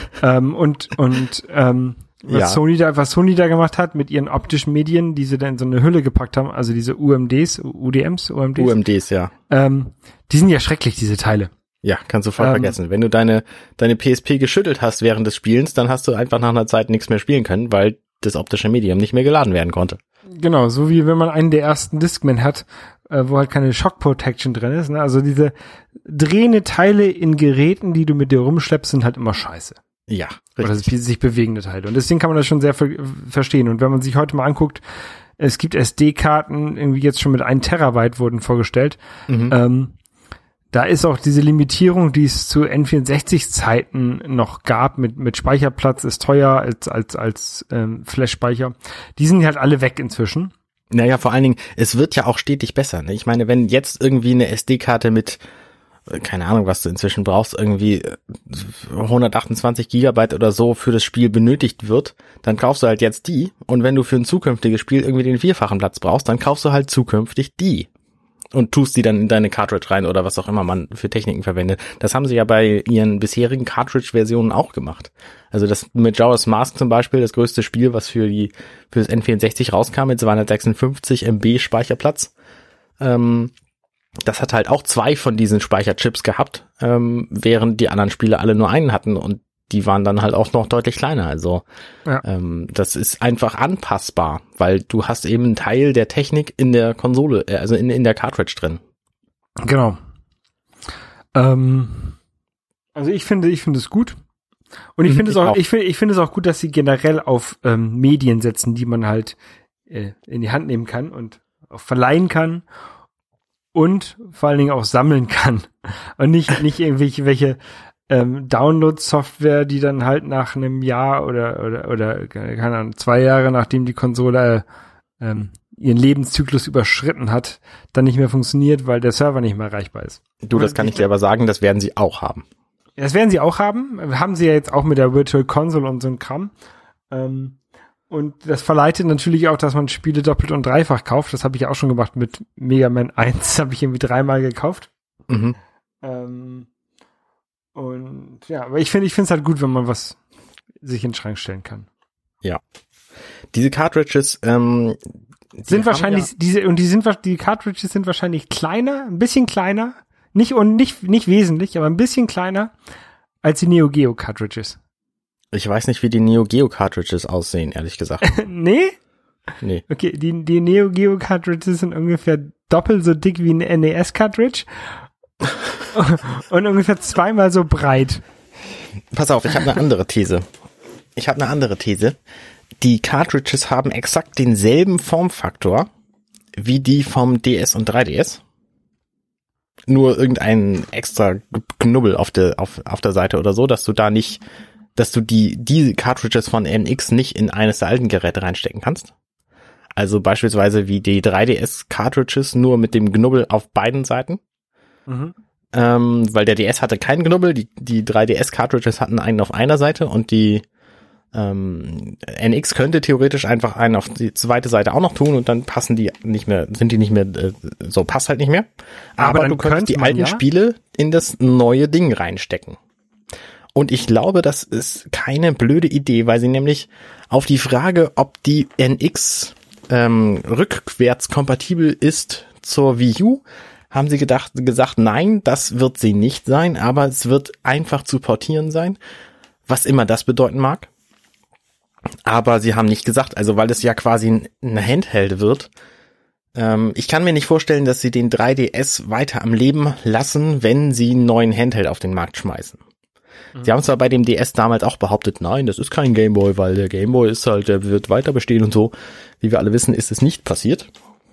Was Sony da gemacht hat mit ihren optischen Medien, die sie dann in so eine Hülle gepackt haben, also diese UMDs, ja. Die sind ja schrecklich, diese Teile. Ja, kannst du voll vergessen. Wenn du deine PSP geschüttelt hast während des Spielens, dann hast du einfach nach einer Zeit nichts mehr spielen können, weil das optische Medium nicht mehr geladen werden konnte. Genau, so wie wenn man einen der ersten Discman hat, wo halt keine Shock Protection drin ist. Ne? Also diese drehende Teile in Geräten, die du mit dir rumschleppst, sind halt immer scheiße. Ja, richtig. Oder richtig. sich bewegende Teile. Und deswegen kann man das schon sehr verstehen. Und wenn man sich heute mal anguckt, es gibt SD-Karten, irgendwie jetzt schon mit 1 Terabyte wurden vorgestellt. Da ist auch diese Limitierung, die es zu N64-Zeiten noch gab, mit Speicherplatz ist teuer als Flash-Speicher. Die sind halt alle weg inzwischen. Naja, vor allen Dingen, es wird ja auch stetig besser. Ne? Ich meine, wenn jetzt irgendwie eine SD-Karte mit keine Ahnung, was du inzwischen brauchst, irgendwie 128 Gigabyte oder so für das Spiel benötigt wird, dann kaufst du halt jetzt die. Und wenn du für ein zukünftiges Spiel irgendwie den 4-fachen Platz brauchst, dann kaufst du halt zukünftig die. Und tust die dann in deine Cartridge rein oder was auch immer man für Techniken verwendet. Das haben sie ja bei ihren bisherigen Cartridge-Versionen auch gemacht. Also das Majora's Mask zum Beispiel, das größte Spiel, was für das N64 rauskam mit 256 MB Speicherplatz. Das hat halt auch 2 von diesen Speicherchips gehabt, während die anderen Spiele alle nur einen hatten und die waren dann halt auch noch deutlich kleiner. Also ja. Das ist einfach anpassbar, weil du hast eben einen Teil der Technik in der Konsole, also in der Cartridge drin. Genau. Also ich finde es gut. Und ich finde es auch gut, dass sie generell auf Medien setzen, die man halt in die Hand nehmen kann und auch verleihen kann und vor allen Dingen auch sammeln kann. Und nicht irgendwelche Download-Software, die dann halt nach einem Jahr oder keine Ahnung, 2 Jahre, nachdem die Konsole ihren Lebenszyklus überschritten hat, dann nicht mehr funktioniert, weil der Server nicht mehr erreichbar ist. Du, das kann ich dir aber sagen, das werden sie auch haben. Das werden sie auch haben. Haben sie ja jetzt auch mit der Virtual Console und so ein Kram. Und das verleitet natürlich auch, dass man Spiele doppelt und dreifach kauft. Das habe ich auch schon gemacht mit Mega Man 1. Habe ich irgendwie 3-mal gekauft. Mhm. Und ja, aber ich finde es halt gut, wenn man was sich in den Schrank stellen kann. Ja. Diese Cartridges sind wahrscheinlich die Cartridges sind wahrscheinlich kleiner, ein bisschen kleiner, nicht wesentlich, aber ein bisschen kleiner als die Neo Geo Cartridges. Ich weiß nicht, wie die Neo Geo Cartridges aussehen, ehrlich gesagt. Nee? Nee. Okay, die Neo Geo Cartridges sind ungefähr doppelt so dick wie ein NES Cartridge. Und ungefähr 2-mal so breit. Pass auf, ich habe eine andere These. Die Cartridges haben exakt denselben Formfaktor wie die vom DS und 3DS. Nur irgendein extra Knubbel auf der Seite oder so, dass du die Cartridges von NX nicht in eines der alten Geräte reinstecken kannst. Also beispielsweise wie die 3DS Cartridges, nur mit dem Knubbel auf beiden Seiten. Mhm. Weil der DS hatte keinen Knubbel, die 3DS-Cartridges hatten einen auf einer Seite und die NX könnte theoretisch einfach einen auf die zweite Seite auch noch tun und dann passt halt nicht mehr. Aber du könntest die alten Spiele in das neue Ding reinstecken. Und ich glaube, das ist keine blöde Idee, weil sie nämlich auf die Frage, ob die NX rückwärts kompatibel ist zur Wii U, haben sie gesagt, nein, das wird sie nicht sein, aber es wird einfach zu portieren sein, was immer das bedeuten mag. Aber sie haben nicht gesagt, also weil es ja quasi ein Handheld wird. Ich kann mir nicht vorstellen, dass sie den 3DS weiter am Leben lassen, wenn sie einen neuen Handheld auf den Markt schmeißen. Sie haben zwar bei dem DS damals auch behauptet, nein, das ist kein Gameboy, weil der Gameboy ist halt, der wird weiter bestehen und so. Wie wir alle wissen, ist es nicht passiert.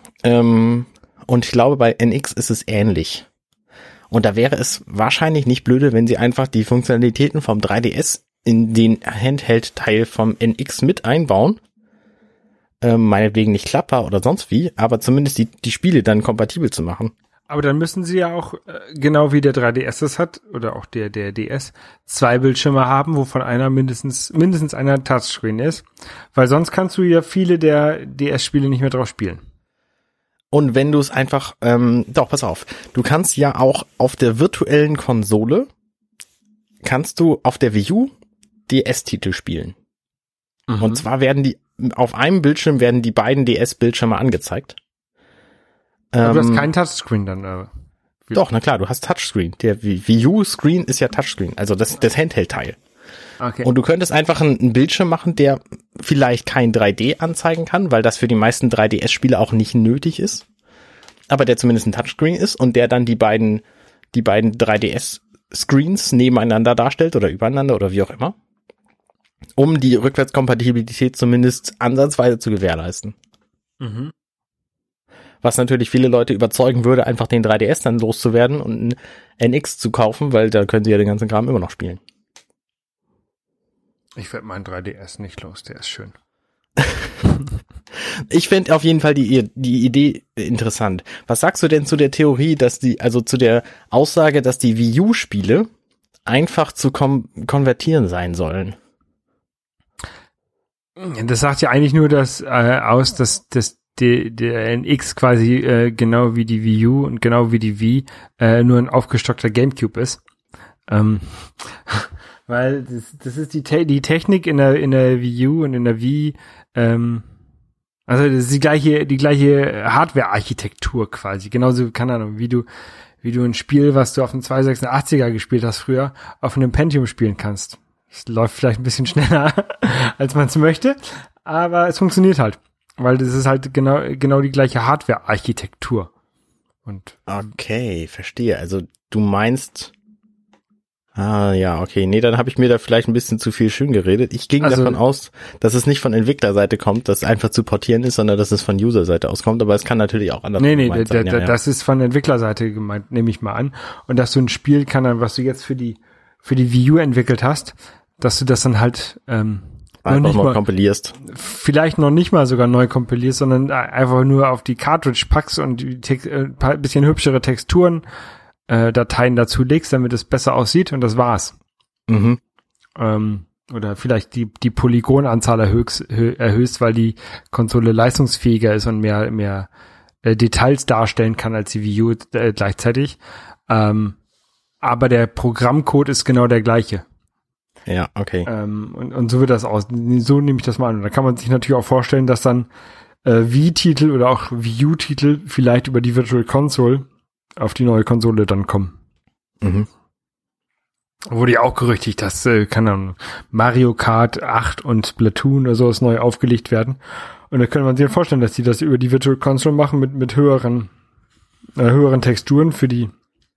Und ich glaube, bei NX ist es ähnlich. Und da wäre es wahrscheinlich nicht blöde, wenn sie einfach die Funktionalitäten vom 3DS in den Handheld-Teil vom NX mit einbauen. Meinetwegen nicht klappbar oder sonst wie, aber zumindest die Spiele dann kompatibel zu machen. Aber dann müssen sie ja auch, genau wie der 3DS das hat, oder auch der DS, 2 Bildschirme haben, wovon einer mindestens einer Touchscreen ist. Weil sonst kannst du ja viele der DS-Spiele nicht mehr drauf spielen. Und wenn du es einfach, pass auf, du kannst ja auch auf der virtuellen Konsole, kannst du auf der Wii U DS-Titel spielen. Mhm. Und zwar auf einem Bildschirm werden die beiden DS-Bildschirme angezeigt. Aber du hast keinen Touchscreen dann, Doch, na klar, du hast Touchscreen. Der Wii U-Screen ist ja Touchscreen, also das Handheld-Teil. Okay. Und du könntest einfach einen Bildschirm machen, der vielleicht kein 3D anzeigen kann, weil das für die meisten 3DS-Spiele auch nicht nötig ist. Aber der zumindest ein Touchscreen ist und der dann die beiden 3DS-Screens nebeneinander darstellt oder übereinander oder wie auch immer. Um die Rückwärtskompatibilität zumindest ansatzweise zu gewährleisten. Mhm. Was natürlich viele Leute überzeugen würde, einfach den 3DS dann loszuwerden und einen NX zu kaufen, weil da können sie ja den ganzen Kram immer noch spielen. Ich werde meinen 3DS nicht los, der ist schön. Ich finde auf jeden Fall die Idee interessant. Was sagst du denn zu der Theorie, zu der Aussage, dass die Wii U-Spiele einfach zu konvertieren sein sollen? Das sagt ja eigentlich nur dass der NX quasi genau wie die Wii U und genau wie die Wii nur ein aufgestockter GameCube ist. Weil das ist die Technik in der Wii U und in der Wii, also das ist die gleiche Hardware-Architektur quasi. Genauso, keine Ahnung, wie du ein Spiel, was du auf dem 286er gespielt hast früher, auf einem Pentium spielen kannst. Es läuft vielleicht ein bisschen schneller, als man es möchte, aber es funktioniert halt. Weil das ist halt genau die gleiche Hardware-Architektur. Und okay, verstehe. Also du meinst... ja, okay. Nee, dann habe ich mir da vielleicht ein bisschen zu viel schön geredet. Ich ging davon aus, dass es nicht von Entwicklerseite kommt, dass es einfach zu portieren ist, sondern dass es von Userseite auskommt. Aber es kann natürlich auch anders sein. Das ist von Entwicklerseite gemeint, nehme ich mal an. Und dass du ein Spiel was du jetzt für die Wii U entwickelt hast, dass du das dann halt einfach mal kompilierst. Vielleicht noch nicht mal sogar neu kompilierst, sondern einfach nur auf die Cartridge packst und ein bisschen hübschere Texturen Dateien dazu legst, damit es besser aussieht und das war's. Mhm. Oder vielleicht die Polygonanzahl erhöhst, weil die Konsole leistungsfähiger ist und mehr Details darstellen kann als die Wii U gleichzeitig. Aber der Programmcode ist genau der gleiche. Ja, okay. Und so wird das aus. So nehme ich das mal an. Und da kann man sich natürlich auch vorstellen, dass dann Wii-Titel oder auch Wii U-Titel vielleicht über die Virtual Console auf die neue Konsole dann kommen. Mhm. Wurde ja auch gerüchtigt, dass, keine Ahnung, Mario Kart 8 und Splatoon oder sowas neu aufgelegt werden. Und da könnte man sich vorstellen, dass die das über die Virtual Console machen mit höheren Texturen für die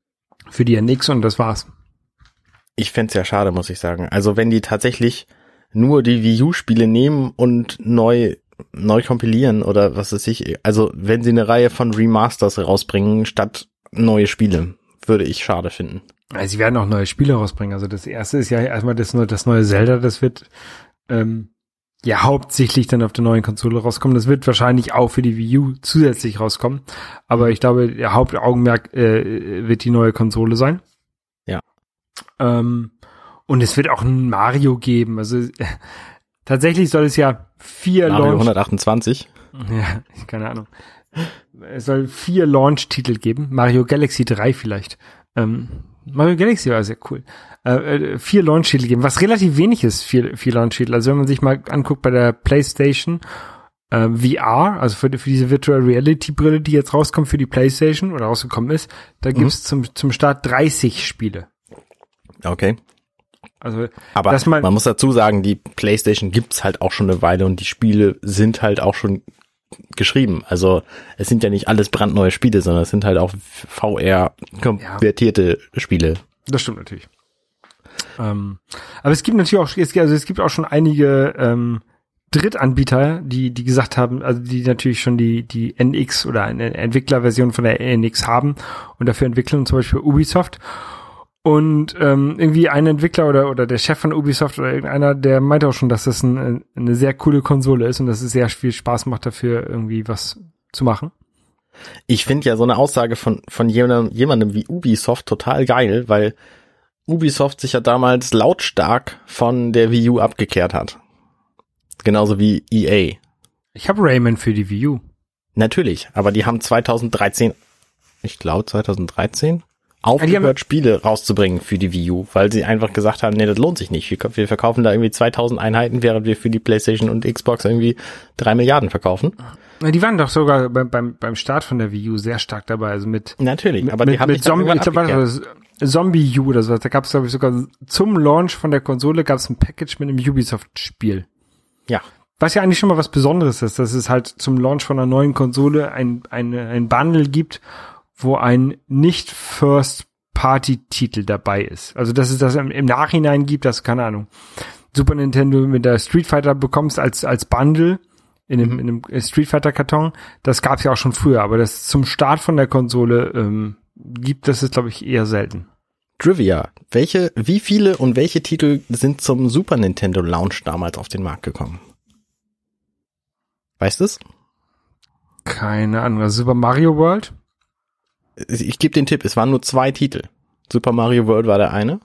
NX und das war's. Ich fänd's ja schade, muss ich sagen. Also wenn die tatsächlich nur die Wii U-Spiele nehmen und neu kompilieren oder was weiß ich, also wenn sie eine Reihe von Remasters rausbringen statt neue Spiele, würde ich schade finden. Also sie werden auch neue Spiele rausbringen. Also das erste ist ja erstmal das neue Zelda, das wird hauptsächlich dann auf der neuen Konsole rauskommen. Das wird wahrscheinlich auch für die Wii U zusätzlich rauskommen. Aber ich glaube, der Hauptaugenmerk wird die neue Konsole sein. Ja. Und es wird auch ein Mario geben. Also tatsächlich soll es ja 4 Mario 128. Ja, keine Ahnung. Es soll 4 Launch-Titel geben. Mario Galaxy 3 vielleicht. Mario Galaxy war sehr cool. 4 Launch-Titel geben, was relativ wenig ist, 4 Launch-Titel. Also wenn man sich mal anguckt bei der PlayStation VR, also für diese Virtual Reality Brille, die jetzt rauskommt für die PlayStation oder rausgekommen ist, da gibt's zum Start 30 Spiele. Okay. Also, aber man muss dazu sagen, die PlayStation gibt's halt auch schon eine Weile und die Spiele sind halt auch schon geschrieben. Also es sind ja nicht alles brandneue Spiele, sondern es sind halt auch VR-konvertierte Spiele. Das stimmt natürlich. Aber es gibt natürlich auch schon einige Drittanbieter, die gesagt haben, also die natürlich schon die NX oder eine Entwicklerversion von der NX haben und dafür entwickeln, zum Beispiel Ubisoft. Und irgendwie ein Entwickler oder der Chef von Ubisoft oder irgendeiner, der meinte auch schon, dass das eine sehr coole Konsole ist und dass es sehr viel Spaß macht, dafür irgendwie was zu machen. Ich finde ja so eine Aussage von jemandem wie Ubisoft total geil, weil Ubisoft sich ja damals lautstark von der Wii U abgekehrt hat. Genauso wie EA. Ich habe Rayman für die Wii U. Natürlich, aber die haben 2013 aufgehört, Spiele rauszubringen für die Wii U, weil sie einfach gesagt haben, nee, das lohnt sich nicht. Wir verkaufen da irgendwie 2000 Einheiten, während wir für die PlayStation und Xbox irgendwie 3 Milliarden verkaufen. Die waren doch sogar beim Start von der Wii U sehr stark dabei, also natürlich, aber die haben mit Zombie U oder so. Da gab es, glaube ich, sogar zum Launch von der Konsole gab es ein Package mit einem Ubisoft-Spiel. Ja. Was ja eigentlich schon mal was Besonderes ist, dass es halt zum Launch von einer neuen Konsole ein Bundle gibt, wo ein Nicht-First-Party-Titel dabei ist. Also, dass es das im Nachhinein gibt, das keine Ahnung. Super Nintendo mit der Street Fighter bekommst als Bundle in einem Street Fighter-Karton. Das gab's ja auch schon früher, aber das zum Start von der Konsole gibt, das ist, glaube ich, eher selten. Trivia. Wie viele und welche Titel sind zum Super Nintendo Launch damals auf den Markt gekommen? Weißt du's? Keine Ahnung. Super Mario World? Ich gebe den Tipp, es waren nur 2 Titel. Super Mario World war der eine.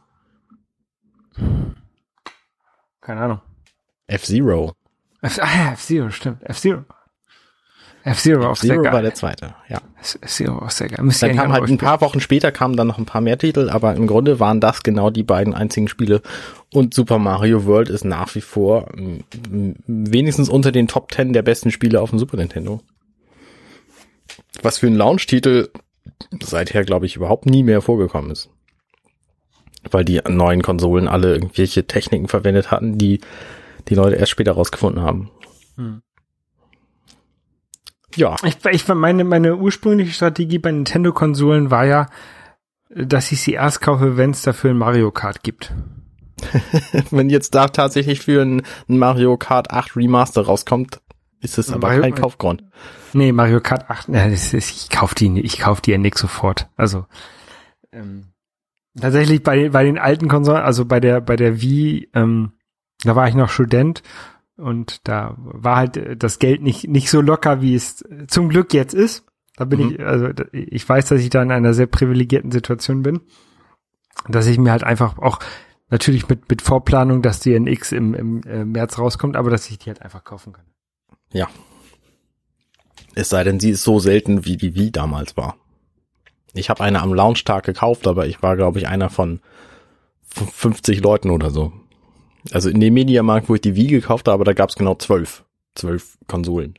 Keine Ahnung. F-Zero. F-Zero, stimmt. F-Zero war auch sehr geil. F-Zero war der zweite, ja. F-Zero war auch sehr geil. Dann kam halt ein paar Wochen später kamen dann noch ein paar mehr Titel, aber im Grunde waren das genau die beiden einzigen Spiele. Und Super Mario World ist nach wie vor wenigstens unter den Top 10 der besten Spiele auf dem Super Nintendo. Was für ein Launch-Titel seither, glaube ich, überhaupt nie mehr vorgekommen ist. Weil die neuen Konsolen alle irgendwelche Techniken verwendet hatten, die die Leute erst später rausgefunden haben. Ja. Ich meine ursprüngliche Strategie bei Nintendo-Konsolen war ja, dass ich sie erst kaufe, wenn es dafür ein Mario Kart gibt. Wenn jetzt da tatsächlich für ein Mario Kart 8 Remaster rauskommt, ist es aber kein Kaufgrund. Nee, Mario Kart 8, ich kauf die ja nicht sofort. Also tatsächlich bei den alten Konsolen, also bei der Wii, da war ich noch Student und da war halt das Geld nicht so locker, wie es zum Glück jetzt ist. Da bin ich weiß, dass ich da in einer sehr privilegierten Situation bin, dass ich mir halt einfach auch natürlich mit Vorplanung, dass die NX im März rauskommt, aber dass ich die halt einfach kaufen kann. Ja. Es sei denn, sie ist so selten, wie die Wii damals war. Ich habe eine am Launchtag gekauft, aber ich war, glaube ich, einer von 50 Leuten oder so. Also in dem Mediamarkt, wo ich die Wii gekauft habe, da gab es genau 12 Konsolen.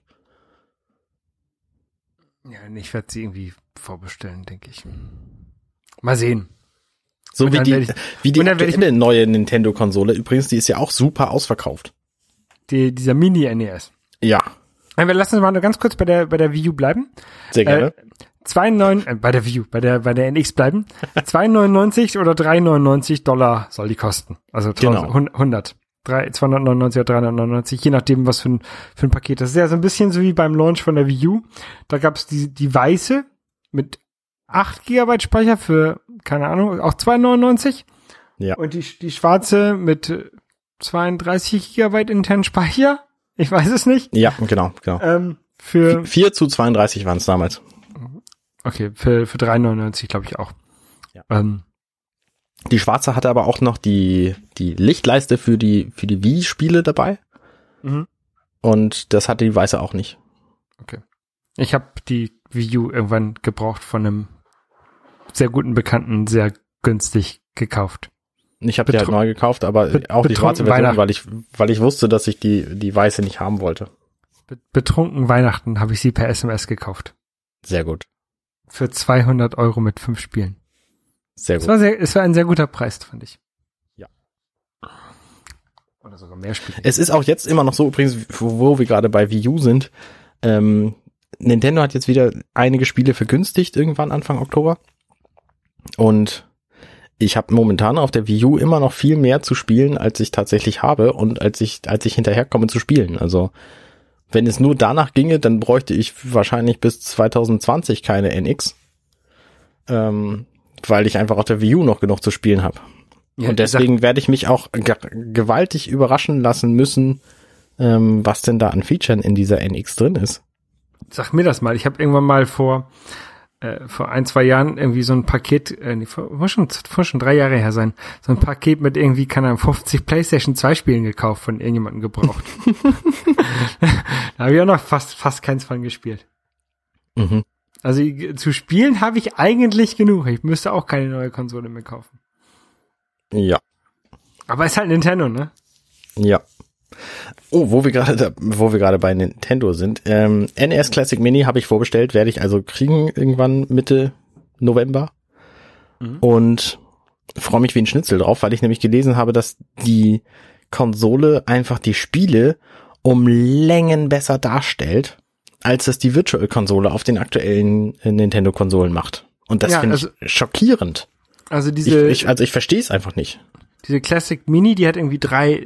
Ja, ich werde sie irgendwie vorbestellen, denke ich. Mal sehen. So wie die aktuelle neue Nintendo-Konsole. Übrigens, die ist ja auch super ausverkauft. Dieser Mini-NES. Ja. Wir lassen uns mal nur ganz kurz bei der Wii U bleiben. Sehr gerne. Bei der Wii U, bei der NX bleiben. 2,99 oder $3,99 soll die kosten. Also 100. 299 oder 399, je nachdem, was für ein Paket. Das ist ja so ein bisschen so wie beim Launch von der Wii U. Da gab es die weiße mit 8 GB Speicher für, keine Ahnung, auch 2,99. Ja. Und die schwarze mit 32 GB internen Speicher. Ich weiß es nicht. Ja, genau. Für 4 zu 32 waren es damals. Okay, für 3,99 glaube ich auch. Ja. Die schwarze hatte aber auch noch die Lichtleiste für die Wii-Spiele dabei. Mhm. Und das hatte die weiße auch nicht. Okay. Ich habe die Wii U irgendwann gebraucht von einem sehr guten Bekannten, sehr günstig gekauft. Ich habe die halt neu gekauft, aber auch die schwarze Version, weil ich wusste, dass ich die weiße nicht haben wollte. Betrunken Weihnachten habe ich sie per SMS gekauft. Sehr gut. Für 200 € mit 5 Spielen. Sehr gut. Es war ein sehr guter Preis, fand ich. Ja. Oder sogar mehr Spiele. Es ist auch jetzt immer noch so, übrigens, wo wir gerade bei Wii U sind, Nintendo hat jetzt wieder einige Spiele vergünstigt, irgendwann Anfang Oktober. Und ich habe momentan auf der Wii U immer noch viel mehr zu spielen, als ich tatsächlich habe und als ich hinterherkomme zu spielen. Also wenn es nur danach ginge, dann bräuchte ich wahrscheinlich bis 2020 keine NX, weil ich einfach auf der Wii U noch genug zu spielen habe. Ja, und deswegen werde ich mich auch gewaltig überraschen lassen müssen, was denn da an Features in dieser NX drin ist. Sag mir das mal. Ich habe irgendwann mal vor 1-2 Jahren irgendwie so ein Paket, muss schon 3 Jahre her sein, so ein Paket mit irgendwie, 50 PlayStation 2 Spielen gekauft, von irgendjemandem gebraucht. Da habe ich auch noch fast keins von gespielt. Mhm. Also zu spielen habe ich eigentlich genug. Ich müsste auch keine neue Konsole mehr kaufen. Ja. Aber ist halt Nintendo, ne? Ja. Oh, wo wir gerade bei Nintendo sind. NES Classic Mini habe ich vorbestellt, werde ich also kriegen irgendwann Mitte November. Mhm. Und freue mich wie ein Schnitzel drauf, weil ich nämlich gelesen habe, dass die Konsole einfach die Spiele um Längen besser darstellt, als es die Virtual-Konsole auf den aktuellen Nintendo-Konsolen macht. Und das finde ich schockierend. Also ich verstehe es einfach nicht. Diese Classic Mini, die hat irgendwie drei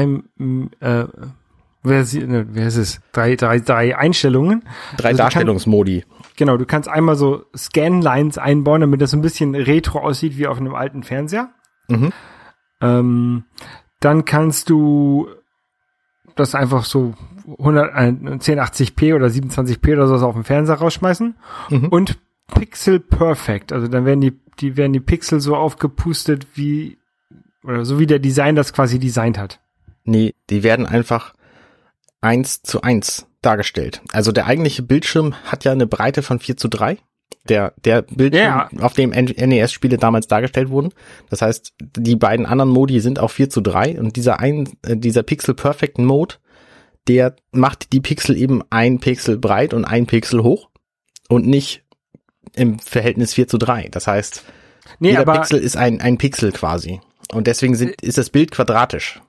Einstellungen. 3 Darstellungsmodi. Genau, du kannst einmal so Scan-Lines einbauen, damit das so ein bisschen retro aussieht wie auf einem alten Fernseher. Mhm. Dann kannst du das einfach so 1080p oder 27p oder so auf dem Fernseher rausschmeißen und Pixel Perfect. Also dann werden die Pixel so aufgepustet oder so wie der Design das quasi designt hat. Nee, die werden einfach 1:1 dargestellt. Also der eigentliche Bildschirm hat ja eine Breite von 4:3. Der Bildschirm, auf dem NES-Spiele damals dargestellt wurden. Das heißt, die beiden anderen Modi sind auf 4:3 und dieser Pixel Perfect Mode, der macht die Pixel eben 1 Pixel breit und 1 Pixel hoch und nicht im Verhältnis 4:3. Das heißt, jeder Pixel ist ein Pixel quasi. Und deswegen ist das Bild quadratisch.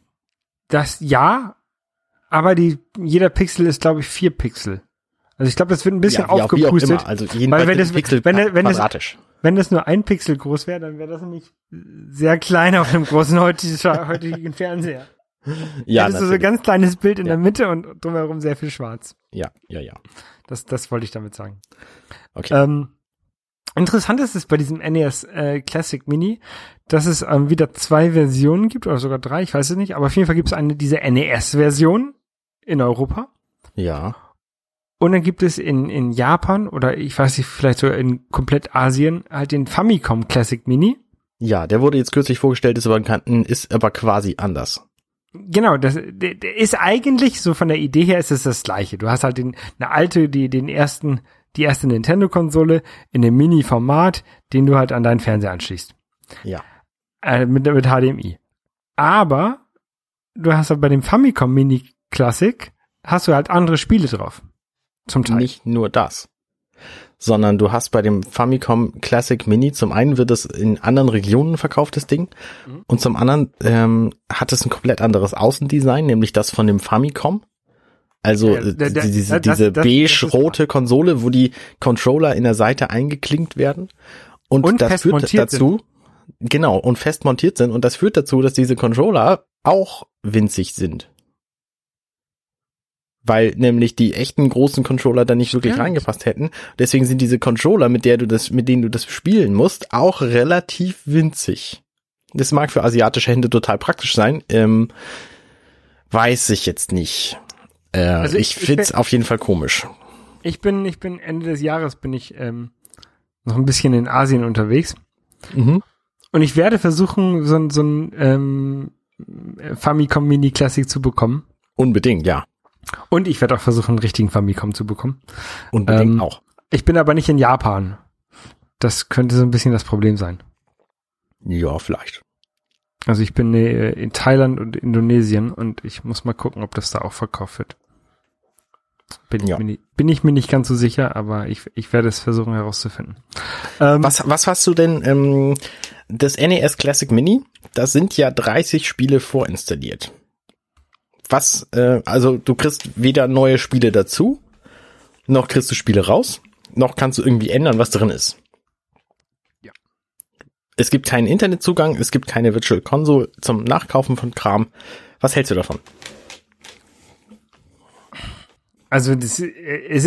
Aber jeder Pixel ist, glaube ich, 4 Pixel. Also ich glaube, das wird ein bisschen aufgepustet. Wie auch immer. Also jedenfalls Pixel quadratisch. Wenn das nur 1 Pixel groß wäre, dann wäre das nämlich sehr klein auf einem großen heutigen Fernseher. Ja, das ist so ein ganz kleines Bild in der Mitte und drumherum sehr viel schwarz. Ja. Das wollte ich damit sagen. Okay. Interessant ist es bei diesem NES Classic Mini, dass es wieder 2 Versionen gibt, oder sogar 3, ich weiß es nicht, aber auf jeden Fall gibt es diese NES-Version in Europa. Ja. Und dann gibt es in Japan oder ich weiß nicht, vielleicht sogar in komplett Asien halt den Famicom Classic Mini. Ja, der wurde jetzt kürzlich vorgestellt, ist aber quasi anders. Genau, der ist eigentlich so von der Idee her ist es das Gleiche. Du hast halt die erste Nintendo-Konsole in dem Mini-Format, den du halt an deinen Fernseher anschließt. Ja. Mit HDMI. Aber du hast halt bei dem Famicom Mini Classic hast du halt andere Spiele drauf. Zum Teil. Nicht nur das, sondern du hast bei dem Famicom Classic Mini, zum einen wird es in anderen Regionen verkauft, das Ding, und zum anderen hat es ein komplett anderes Außendesign, nämlich das von dem Famicom. Also diese beige-rote Konsole, wo die Controller in der Seite eingeklinkt werden. Und das führt dazu, genau, und fest montiert sind. Und das führt dazu, dass diese Controller auch winzig sind. Weil nämlich die echten großen Controller da nicht wirklich reingepasst hätten. Deswegen sind diese Controller, mit denen du das spielen musst, auch relativ winzig. Das mag für asiatische Hände total praktisch sein. Weiß ich jetzt nicht. Also ich find's auf jeden Fall komisch. Ich bin Ende des Jahres bin ich noch ein bisschen in Asien unterwegs. Und ich werde versuchen, so ein Famicom Mini Classic zu bekommen. Unbedingt, ja. Und ich werde auch versuchen, einen richtigen Famicom zu bekommen. Unbedingt auch. Ich bin aber nicht in Japan. Das könnte so ein bisschen das Problem sein. Ja, vielleicht. Also ich bin in Thailand und Indonesien und ich muss mal gucken, ob das da auch verkauft wird. Bin ich mir nicht ganz so sicher, aber ich werde es versuchen herauszufinden. Was hast du denn, das NES Classic Mini, da sind ja 30 Spiele vorinstalliert. Also du kriegst weder neue Spiele dazu, noch kriegst du Spiele raus, noch kannst du irgendwie ändern, was drin ist. Ja. Es gibt keinen Internetzugang, es gibt keine Virtual Console zum Nachkaufen von Kram. Was hältst du davon? Also es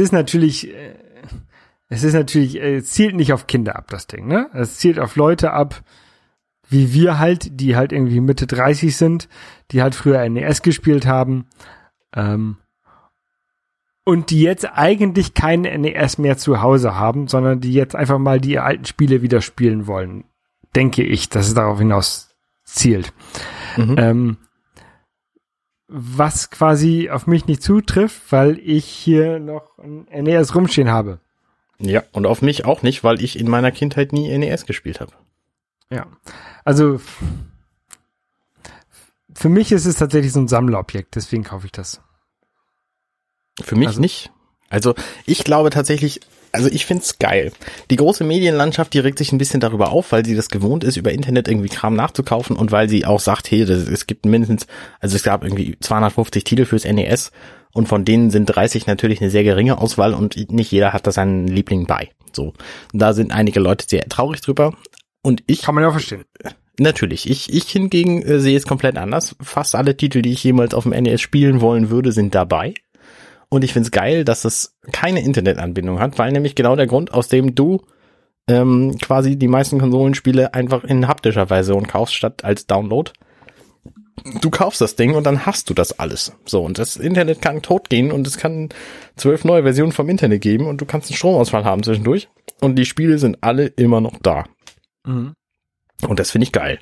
zielt nicht auf Kinder ab, das Ding, ne? Es zielt auf Leute ab, wie wir halt, die halt irgendwie Mitte 30 sind, die halt früher NES gespielt haben, und die jetzt eigentlich kein NES mehr zu Hause haben, sondern die jetzt einfach mal die alten Spiele wieder spielen wollen. Denke ich, dass es darauf hinaus zielt. Was quasi auf mich nicht zutrifft, weil ich hier noch ein NES rumstehen habe. Ja, und auf mich auch nicht, weil ich in meiner Kindheit nie NES gespielt habe. Ja, also für mich ist es tatsächlich so ein Sammlerobjekt, deswegen kaufe ich das. Für mich nicht. Also ich glaube tatsächlich, also ich find's geil. Die große Medienlandschaft, die regt sich ein bisschen darüber auf, weil sie das gewohnt ist, über Internet irgendwie Kram nachzukaufen und weil sie auch sagt, hey, es gibt mindestens, also es gab irgendwie 250 Titel fürs NES und von denen sind 30 natürlich eine sehr geringe Auswahl und nicht jeder hat da seinen Liebling bei. So, da sind einige Leute sehr traurig drüber und ich... Kann man ja auch verstehen. Natürlich, ich hingegen sehe es komplett anders. Fast alle Titel, die ich jemals auf dem NES spielen wollen würde, sind dabei. Und ich find's geil, dass es keine Internetanbindung hat, weil nämlich genau der Grund, aus dem du quasi die meisten Konsolenspiele einfach in haptischer Version kaufst, statt als Download. du kaufst das Ding und dann hast du das alles. So, und das Internet kann tot gehen und es kann 12 neue Versionen vom Internet geben und du kannst einen Stromausfall haben zwischendurch und die Spiele sind alle immer noch da. Mhm. Und das finde ich geil.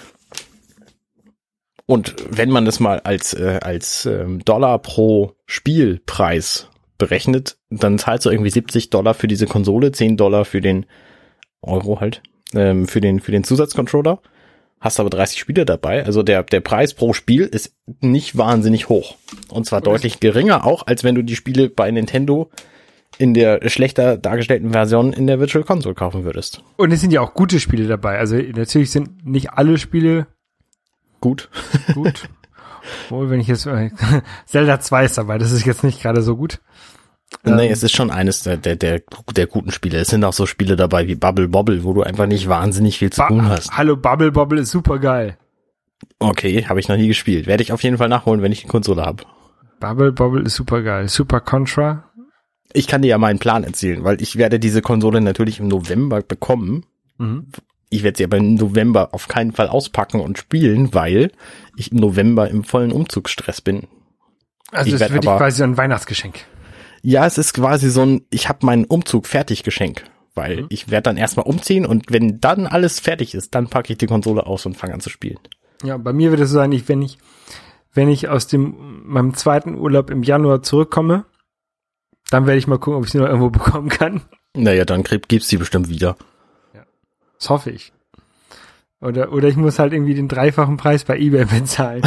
Und wenn man das mal als Dollar pro Spielpreis berechnet, dann zahlst du irgendwie $70 für diese Konsole, $10 für den Euro halt, für den Zusatzcontroller. Hast aber 30 Spiele dabei, also der Preis pro Spiel ist nicht wahnsinnig hoch. Und zwar deutlich geringer auch, als wenn du die Spiele bei Nintendo in der schlechter dargestellten Version in der Virtual Console kaufen würdest. Und es sind ja auch gute Spiele dabei. Also natürlich sind nicht alle Spiele gut. Obwohl, wenn ich jetzt Zelda 2 ist dabei, das ist jetzt nicht gerade so gut. Nee, es ist schon eines der guten Spiele. Es sind auch so Spiele dabei wie Bubble Bobble, wo du einfach nicht wahnsinnig viel zu tun hast. Hallo, Bubble Bobble ist super geil. Okay, habe ich noch nie gespielt. Werde ich auf jeden Fall nachholen, wenn ich die Konsole habe. Bubble Bobble ist super geil. Super Contra. Ich kann dir ja meinen Plan erzählen, weil ich werde diese Konsole natürlich im November bekommen. Mhm. Ich werde sie aber im November auf keinen Fall auspacken und spielen, weil ich im November im vollen Umzugsstress bin. Also das wird quasi ein Weihnachtsgeschenk. Ja, es ist quasi ich habe meinen Umzug fertig Geschenk, weil ich werde dann erstmal umziehen und wenn dann alles fertig ist, dann packe ich die Konsole aus und fange an zu spielen. Ja, bei mir wird es so sein, wenn ich aus meinem zweiten Urlaub im Januar zurückkomme, dann werde ich mal gucken, ob ich sie noch irgendwo bekommen kann. Naja, dann gibt's die bestimmt wieder. Ja, das hoffe ich. Oder ich muss halt irgendwie den dreifachen Preis bei eBay bezahlen.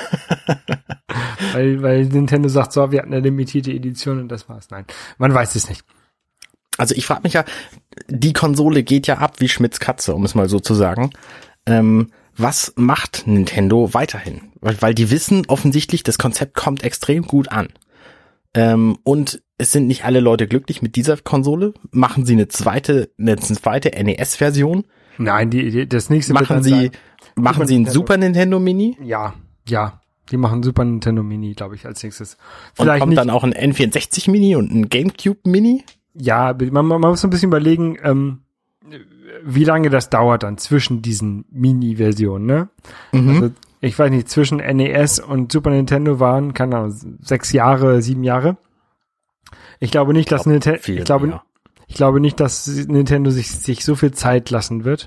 weil Nintendo sagt, so, wir hatten eine limitierte Edition und das war's. Nein, man weiß es nicht. Also ich frage mich ja, die Konsole geht ja ab wie Schmitz Katze, um es mal so zu sagen. Was macht Nintendo weiterhin? Weil die wissen offensichtlich, das Konzept kommt extrem gut an. Und es sind nicht alle Leute glücklich mit dieser Konsole. Machen sie eine zweite NES-Version? Nein, das nächste machen sie ein Super Nintendo Mini? Ja. Die machen Super Nintendo Mini, glaube ich, als nächstes. Vielleicht und kommt nicht, dann auch ein N64 Mini und ein GameCube Mini? Ja, man muss so ein bisschen überlegen, wie lange das dauert dann zwischen diesen Mini-Versionen, ne? Mhm. Also, ich weiß nicht, zwischen NES und Super Nintendo waren, keine Ahnung, 6 Jahre, 7 Jahre. Ich glaube nicht, dass Nintendo sich so viel Zeit lassen wird.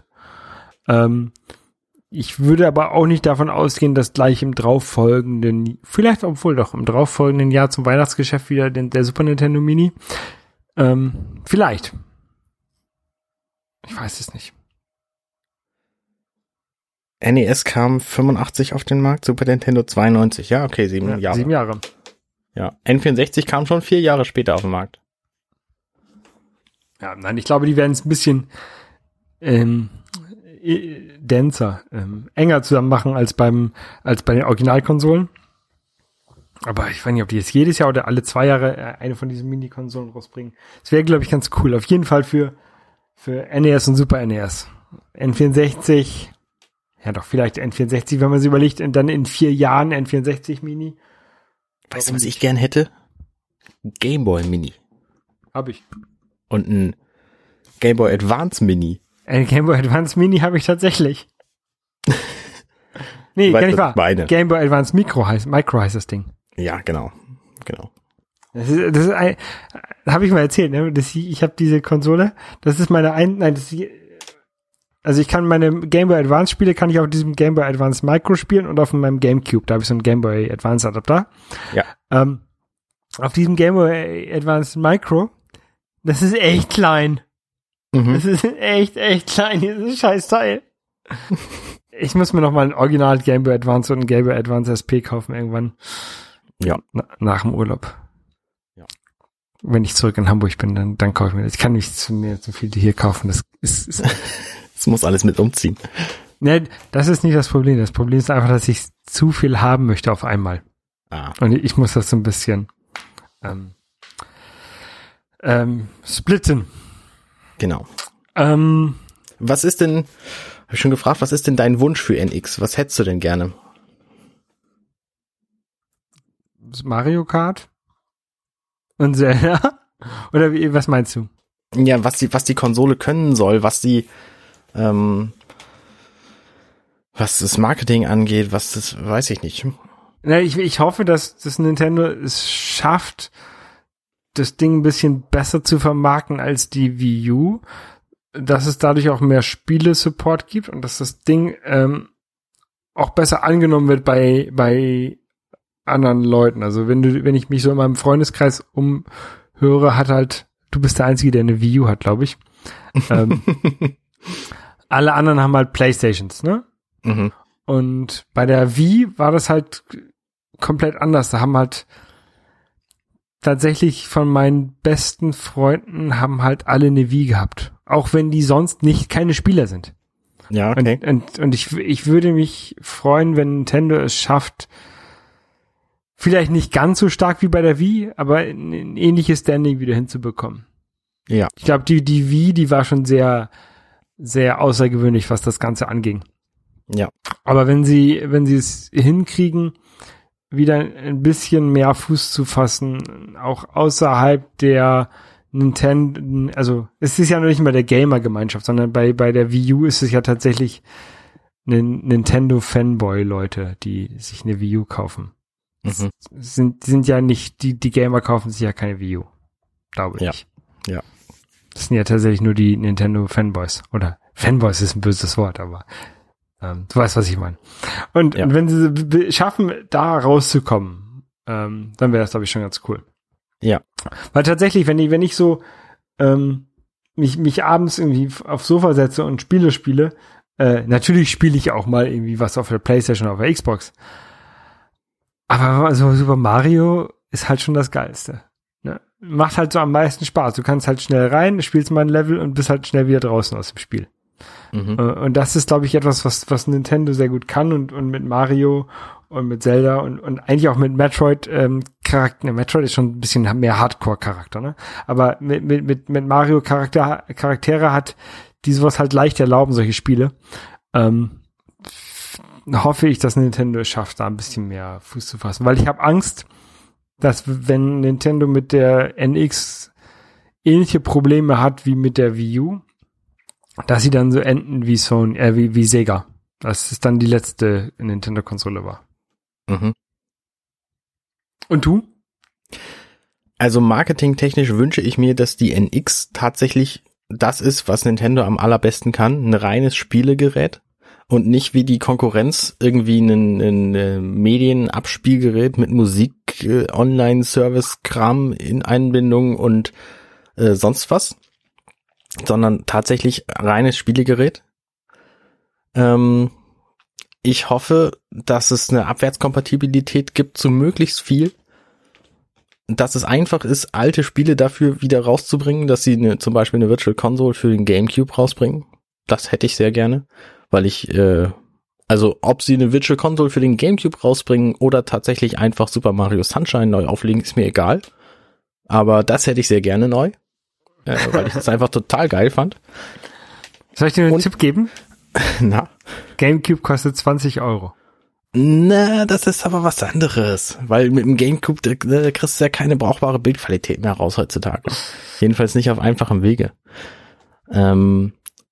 Ich würde aber auch nicht davon ausgehen, dass gleich im darauffolgenden Jahr zum Weihnachtsgeschäft wieder der Super Nintendo Mini. Vielleicht. Ich weiß es nicht. NES kam 85 auf den Markt, Super Nintendo 92. Ja, okay, 7 Jahre. 7 Jahre. Ja, N64 kam schon 4 Jahre später auf den Markt. Ja, nein, ich glaube, die werden es ein bisschen denser, enger zusammen machen als bei den Originalkonsolen. Aber ich weiß nicht, ob die jetzt jedes Jahr oder alle 2 Jahre eine von diesen Mini-Konsolen rausbringen. Das wäre, glaube ich, ganz cool. Auf jeden Fall für NES und Super NES. N64, ja doch, vielleicht N64, wenn man sich überlegt, und dann in 4 Jahren N64 Mini. Weißt du, was ich gern hätte? Ein Game Boy Mini. Hab ich. Und ein Game Boy Advance Mini. Ein Game Boy Advance Mini habe ich tatsächlich. Nee, gar nicht wahr. Game Boy Advance Micro heißt das Ding. Ja, genau. Das ist habe ich mal erzählt, ne? Ich habe diese Konsole, das ist also ich kann meine Game Boy Advance Spiele kann ich auf diesem Game Boy Advance Micro spielen und auf meinem GameCube, da habe ich so einen Game Boy Advance Adapter. Ja. Auf diesem Game Boy Advance Micro, das ist echt klein. Mhm. Das ist echt klein, dieses scheiß Teil. Ich muss mir noch mal ein Original Game Boy Advance und ein Game Boy Advance SP kaufen irgendwann. Ja. Nach dem Urlaub. Ja. Wenn ich zurück in Hamburg bin, dann kaufe ich mir das. Ich kann nicht zu viel hier kaufen. Das ist das muss alles mit umziehen. Ne, das ist nicht das Problem. Das Problem ist einfach, dass ich zu viel haben möchte auf einmal. Und ich muss das so ein bisschen splitten. Genau. Was ist denn, habe ich schon gefragt, was ist denn dein Wunsch für NX? Was hättest du denn gerne? Mario Kart? Und Zelda? Oder was meinst du? Ja, was die Konsole können soll, was was das Marketing angeht, was das, weiß ich nicht. Na, ich hoffe, dass das Nintendo es schafft, das Ding ein bisschen besser zu vermarkten als die Wii U, dass es dadurch auch mehr Spiele-Support gibt und dass das Ding auch besser angenommen wird bei anderen Leuten. Also wenn ich mich so in meinem Freundeskreis umhöre, du bist der Einzige, der eine Wii U hat, glaube ich. Alle anderen haben halt Playstations, ne? Mhm. Und bei der Wii war das halt komplett anders. Da haben halt tatsächlich von meinen besten Freunden haben halt alle eine Wii gehabt. Auch wenn die sonst keine Spieler sind. Ja, okay. Und ich würde mich freuen, wenn Nintendo es schafft, vielleicht nicht ganz so stark wie bei der Wii, aber ein ähnliches Standing wieder hinzubekommen. Ja. Ich glaube, die Wii, die war schon sehr, sehr außergewöhnlich, was das Ganze anging. Ja. Aber wenn sie es hinkriegen, wieder ein bisschen mehr Fuß zu fassen, auch außerhalb der Nintendo, also es ist ja noch nicht mal der Gamer-Gemeinschaft, sondern bei der Wii U ist es ja tatsächlich Nintendo-Fanboy-Leute, die sich eine Wii U kaufen. Mhm. Sind ja nicht, die Gamer kaufen sich ja keine Wii U, glaube ich. Ja. Das sind ja tatsächlich nur die Nintendo-Fanboys. Oder Fanboys ist ein böses Wort, aber du weißt, was ich meine. Und wenn sie schaffen, da rauszukommen, dann wäre das, glaube ich, schon ganz cool. Ja. Weil tatsächlich, wenn ich so mich abends irgendwie aufs Sofa setze und Spiele spiele, natürlich spiele ich auch mal irgendwie was auf der PlayStation oder auf der Xbox. Aber so Super Mario ist halt schon das Geilste. Ne? Macht halt so am meisten Spaß. Du kannst halt schnell rein, spielst mal ein Level und bist halt schnell wieder draußen aus dem Spiel. Mhm. Und das ist, glaube ich, etwas, was Nintendo sehr gut kann und mit Mario und mit Zelda und eigentlich auch mit Metroid Charakter. Metroid ist schon ein bisschen mehr Hardcore-Charakter, ne? Aber mit Mario Charaktere hat, die sowas halt leicht erlauben, solche Spiele. Hoffe ich, dass Nintendo es schafft, da ein bisschen mehr Fuß zu fassen. Weil ich habe Angst, dass wenn Nintendo mit der NX ähnliche Probleme hat wie mit der Wii U, dass sie dann so enden wie wie Sega. Das ist dann die letzte Nintendo-Konsole war. Mhm. Und du? Also marketingtechnisch wünsche ich mir, dass die NX tatsächlich das ist, was Nintendo am allerbesten kann, ein reines Spielegerät und nicht wie die Konkurrenz irgendwie ein Medienabspielgerät mit Musik, Online-Service-Kram in Einbindung und sonst was, sondern tatsächlich reines Spielegerät. Ich hoffe, dass es eine Abwärtskompatibilität gibt zu möglichst viel, dass es einfach ist, alte Spiele dafür wieder rauszubringen, dass sie zum Beispiel eine Virtual Console für den GameCube rausbringen. Das hätte ich sehr gerne, weil also ob sie eine Virtual Console für den GameCube rausbringen oder tatsächlich einfach Super Mario Sunshine neu auflegen, ist mir egal. Aber das hätte ich sehr gerne neu, weil ich das einfach total geil fand. Soll ich dir einen Tipp geben? Na? GameCube kostet 20 €. Na, das ist aber was anderes, weil mit dem GameCube da kriegst du ja keine brauchbare Bildqualität mehr raus heutzutage. Jedenfalls nicht auf einfachem Wege. Und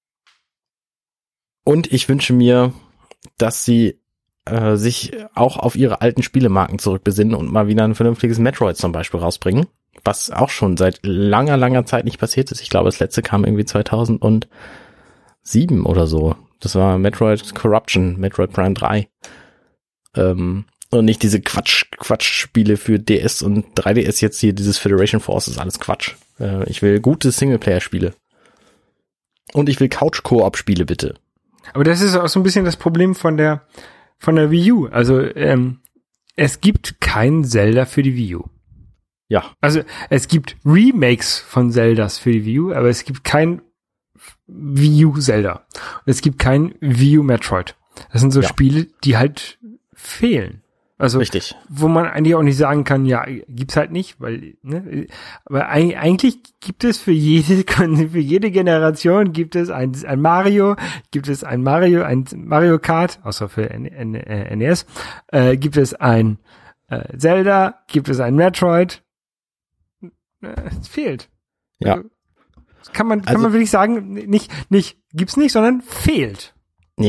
ich wünsche mir, dass sie sich auch auf ihre alten Spielemarken zurückbesinnen und mal wieder ein vernünftiges Metroid zum Beispiel rausbringen, was auch schon seit langer, langer Zeit nicht passiert ist. Ich glaube, das letzte kam irgendwie 2007 oder so. Das war Metroid Corruption, Metroid Prime 3. Und nicht diese Quatsch-Spiele für DS und 3DS jetzt hier, dieses Federation Force ist alles Quatsch. Ich will gute Singleplayer-Spiele. Und ich will Couch-Koop-Spiele, bitte. Aber das ist auch so ein bisschen das Problem von der Wii U. Also, es gibt kein Zelda für die Wii U. Ja. Also, es gibt Remakes von Zeldas für die Wii U, aber es gibt kein Wii U Zelda. Und es gibt kein Wii U Metroid. Das sind so Spiele, die halt fehlen. Also, richtig. Wo man eigentlich auch nicht sagen kann, ja, gibt's halt nicht, weil, ne, aber eigentlich gibt es für jede Generation gibt es ein Mario, gibt es ein Mario Kart, außer für NES, gibt es ein Zelda, gibt es ein Metroid, es fehlt. Ja. Also, kann man wirklich sagen, nicht gibt's nicht, sondern fehlt. Ja.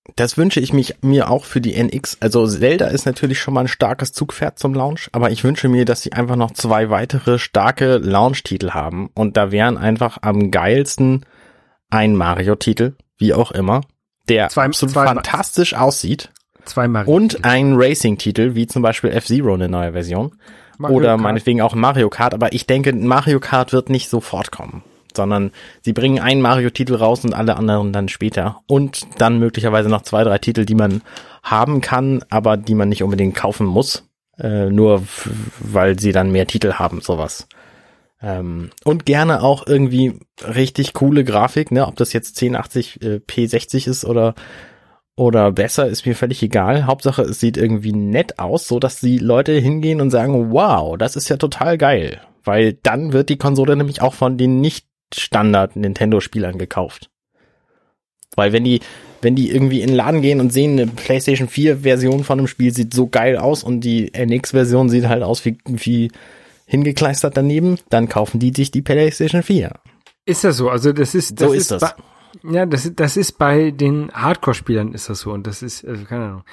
Das wünsche ich mir auch für die NX. Also Zelda ist natürlich schon mal ein starkes Zugpferd zum Launch, aber ich wünsche mir, dass sie einfach noch 2 weitere starke Launch-Titel haben. Und da wären einfach am geilsten ein Mario-Titel, wie auch immer, der absolut fantastisch aussieht. 2 Mario. Und ein Racing-Titel, wie zum Beispiel F-Zero, eine neue Version. Oder meinetwegen auch Mario Kart. Aber ich denke, Mario Kart wird nicht sofort kommen, sondern sie bringen einen Mario-Titel raus und alle anderen dann später. Und dann möglicherweise noch 2, 3 Titel, die man haben kann, aber die man nicht unbedingt kaufen muss. Nur weil sie dann mehr Titel haben, sowas. Und gerne auch irgendwie richtig coole Grafik, ne? Ob das jetzt 1080p 60 ist oder besser, ist mir völlig egal. Hauptsache, es sieht irgendwie nett aus, so dass die Leute hingehen und sagen, wow, das ist ja total geil. Weil dann wird die Konsole nämlich auch von den Nicht-Standard-Nintendo-Spielern gekauft. Weil wenn die irgendwie in den Laden gehen und sehen, eine PlayStation 4-Version von einem Spiel sieht so geil aus und die NX-Version sieht halt aus wie hingekleistert daneben, dann kaufen die sich die PlayStation 4. Ist das so? Also das ist das. Ja, das ist bei den Hardcore-Spielern ist das so und das ist, also keine Ahnung.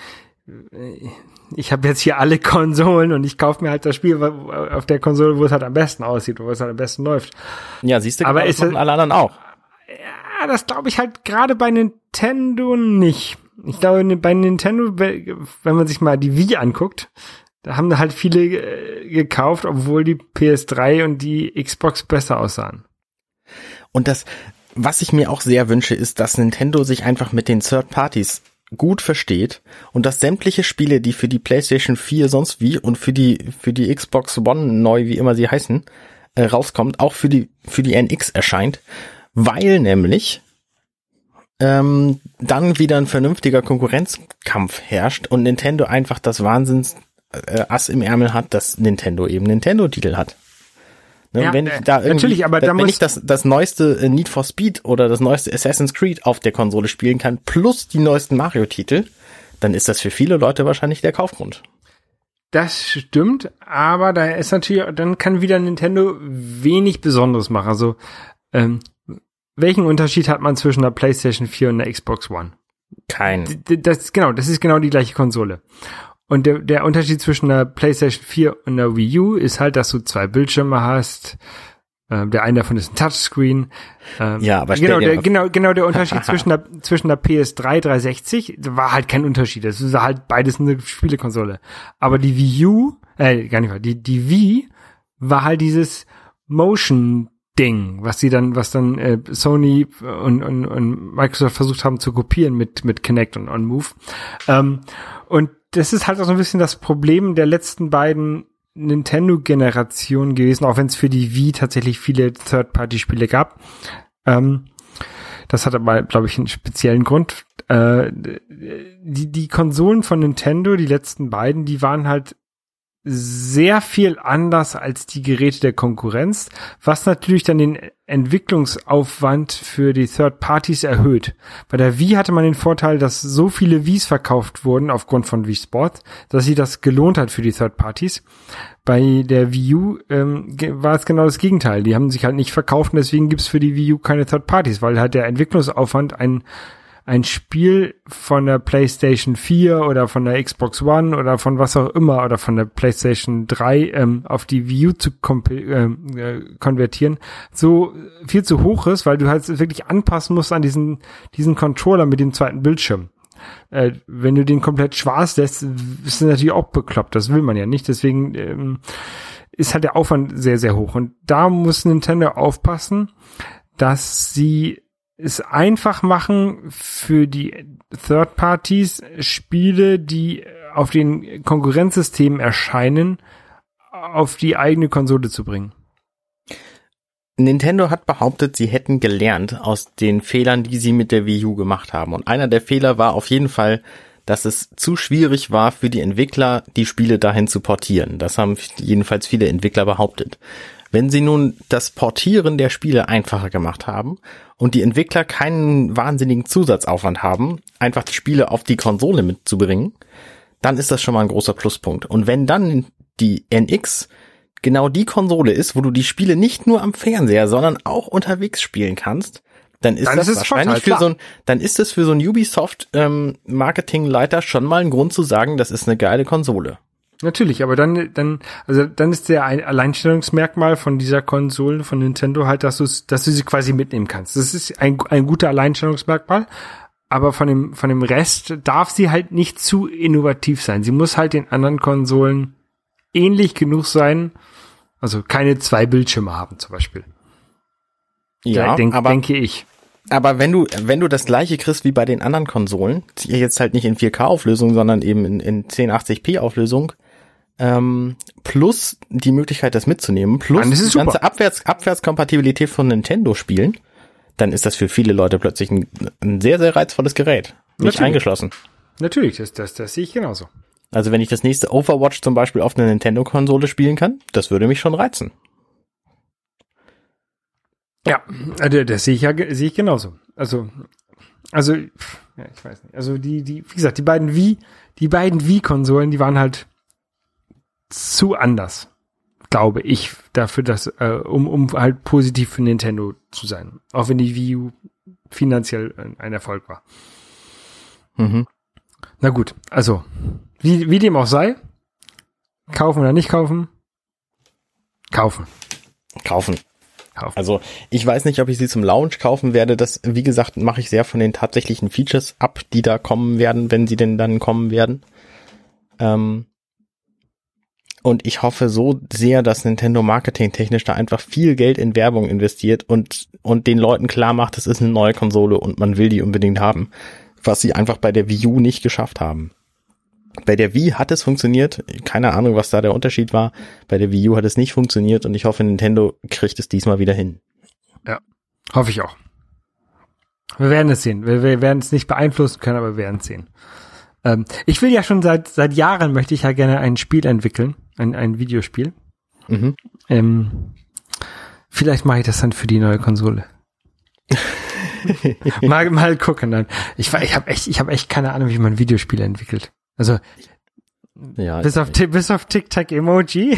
Ich habe jetzt hier alle Konsolen und ich kaufe mir halt das Spiel auf der Konsole, wo es halt am besten aussieht, wo es halt am besten läuft. Ja, siehst du, aber das machen alle anderen auch. Ja, das glaube ich halt gerade bei Nintendo nicht. Ich glaube, bei Nintendo, wenn man sich mal die Wii anguckt, da haben halt viele gekauft, obwohl die PS3 und die Xbox besser aussahen. Und was ich mir auch sehr wünsche, ist, dass Nintendo sich einfach mit den Third Parties gut versteht und dass sämtliche Spiele, die für die PlayStation 4 sonst wie und für die Xbox One neu, wie immer sie heißen, rauskommt, auch für die NX erscheint, weil nämlich dann wieder ein vernünftiger Konkurrenzkampf herrscht und Nintendo einfach das Wahnsinns Ass im Ärmel hat, dass Nintendo eben Nintendo-Titel hat. Ne, ja, wenn ich da irgendwie, natürlich, aber wenn ich das neueste Need for Speed oder das neueste Assassin's Creed auf der Konsole spielen kann, plus die neuesten Mario-Titel, dann ist das für viele Leute wahrscheinlich der Kaufgrund. Das stimmt, aber da ist natürlich, dann kann wieder Nintendo wenig Besonderes machen. Also, welchen Unterschied hat man zwischen der PlayStation 4 und der Xbox One? Kein. Das ist genau die gleiche Konsole. Und der Unterschied zwischen der PlayStation 4 und der Wii U ist halt, dass du 2 Bildschirme hast. Der eine davon ist ein Touchscreen. Ja, aber genau der Unterschied zwischen der PS3 360 war halt kein Unterschied. Das ist halt beides eine Spielekonsole. Aber die Wii U, die Wii war halt dieses Motion-Ding, was dann Sony und Microsoft versucht haben zu kopieren mit Kinect und OnMove. Und das ist halt auch so ein bisschen das Problem der letzten beiden Nintendo-Generationen gewesen, auch wenn es für die Wii tatsächlich viele Third-Party-Spiele gab. Das hat aber, glaube ich, einen speziellen Grund. Die Konsolen von Nintendo, die letzten beiden, die waren halt sehr viel anders als die Geräte der Konkurrenz, was natürlich dann den Entwicklungsaufwand für die Third Parties erhöht. Bei der Wii hatte man den Vorteil, dass so viele Wiis verkauft wurden aufgrund von Wii Sport, dass sie das gelohnt hat für die Third Parties. Bei der Wii U war es genau das Gegenteil. Die haben sich halt nicht verkauft und deswegen gibt's für die Wii U keine Third Parties, weil halt der Entwicklungsaufwand ein Spiel von der PlayStation 4 oder von der Xbox One oder von was auch immer oder von der PlayStation 3 auf die Wii U zu konvertieren, so viel zu hoch ist, weil du halt wirklich anpassen musst an diesen Controller mit dem zweiten Bildschirm. Wenn du den komplett schwarz lässt, ist das natürlich auch bekloppt. Das will man ja nicht. Deswegen ist halt der Aufwand sehr, sehr hoch. Und da muss Nintendo aufpassen, dass sie es einfach machen für die Third Parties, Spiele, die auf den Konkurrenzsystemen erscheinen, auf die eigene Konsole zu bringen. Nintendo hat behauptet, sie hätten gelernt aus den Fehlern, die sie mit der Wii U gemacht haben. Und einer der Fehler war auf jeden Fall, dass es zu schwierig war für die Entwickler, die Spiele dahin zu portieren. Das haben jedenfalls viele Entwickler behauptet. Wenn sie nun das Portieren der Spiele einfacher gemacht haben und die Entwickler keinen wahnsinnigen Zusatzaufwand haben, einfach die Spiele auf die Konsole mitzubringen, dann ist das schon mal ein großer Pluspunkt. Und wenn dann die NX genau die Konsole ist, wo du die Spiele nicht nur am Fernseher, sondern auch unterwegs spielen kannst, dann ist das wahrscheinlich dann ist es für so einen Ubisoft Marketingleiter schon mal ein Grund zu sagen, das ist eine geile Konsole. Natürlich, aber dann ist der ein Alleinstellungsmerkmal von dieser Konsole von Nintendo halt, dass du sie quasi mitnehmen kannst. Das ist ein guter Alleinstellungsmerkmal, aber von dem Rest darf sie halt nicht zu innovativ sein. Sie muss halt den anderen Konsolen ähnlich genug sein, also keine 2 Bildschirme haben zum Beispiel. Ja, denke ich. Aber wenn du das gleiche kriegst wie bei den anderen Konsolen, jetzt halt nicht in 4K-Auflösung, sondern eben in 1080p-Auflösung, plus die Möglichkeit, das mitzunehmen, plus die ganze Abwärtskompatibilität von Nintendo-Spielen, dann ist das für viele Leute plötzlich ein sehr, sehr reizvolles Gerät. Nicht eingeschlossen. Natürlich, das sehe ich genauso. Also wenn ich das nächste Overwatch zum Beispiel auf einer Nintendo-Konsole spielen kann, das würde mich schon reizen. Ja, das sehe ich genauso. Also, ja, ich weiß nicht. Also wie gesagt, die beiden Wii-Konsolen, die waren halt zu anders, glaube ich, dafür, dass, um halt positiv für Nintendo zu sein. Auch wenn die Wii U finanziell ein Erfolg war. Mhm. Na gut, also, wie dem auch sei, kaufen oder nicht kaufen? Kaufen. Also ich weiß nicht, ob ich sie zum Launch kaufen werde. Das, wie gesagt, mache ich sehr von den tatsächlichen Features ab, die da kommen werden, wenn sie denn dann kommen werden. Und ich hoffe so sehr, dass Nintendo marketingtechnisch da einfach viel Geld in Werbung investiert und den Leuten klar macht, es ist eine neue Konsole und man will die unbedingt haben. Was sie einfach bei der Wii U nicht geschafft haben. Bei der Wii hat es funktioniert. Keine Ahnung, was da der Unterschied war. Bei der Wii U hat es nicht funktioniert und ich hoffe, Nintendo kriegt es diesmal wieder hin. Ja, hoffe ich auch. Wir werden es sehen. Wir werden es nicht beeinflussen können, aber wir werden es sehen. Ich will ja schon seit Jahren möchte ich ja gerne ein Spiel entwickeln. Ein Videospiel. Mhm. Vielleicht mache ich das dann für die neue Konsole. mal gucken dann. Ich habe echt keine Ahnung, wie man Videospiele entwickelt. Also ja, bis auf Tic-Tac-Emoji.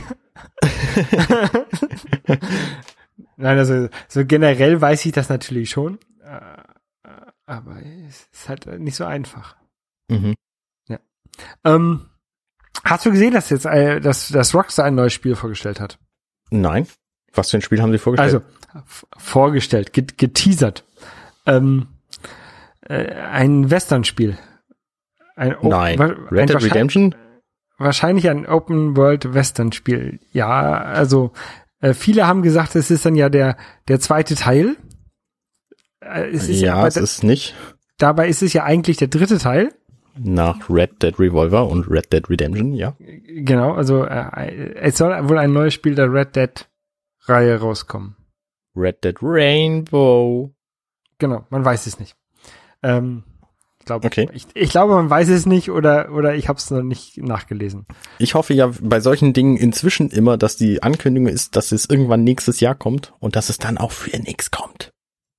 Nein, also so generell weiß ich das natürlich schon, aber es ist halt nicht so einfach. Mhm. Ja. Hast du gesehen, dass jetzt dass Rockstar ein neues Spiel vorgestellt hat? Nein. Was für ein Spiel haben sie vorgestellt? Also vorgestellt, geteasert. Ein Western-Spiel. Nein. Red Dead Redemption? Wahrscheinlich ein Open-World-Western-Spiel. Ja, also viele haben gesagt, es ist dann ja der zweite Teil. Es ist nicht. Dabei ist es ja eigentlich der dritte Teil. Nach Red Dead Revolver und Red Dead Redemption, ja. Genau, also es soll wohl ein neues Spiel der Red Dead-Reihe rauskommen. Red Dead Rainbow. Genau, man weiß es nicht. Okay. Ich glaube, man weiß es nicht oder ich habe es noch nicht nachgelesen. Ich hoffe ja bei solchen Dingen inzwischen immer, dass die Ankündigung ist, dass es irgendwann nächstes Jahr kommt und dass es dann auch für NX kommt.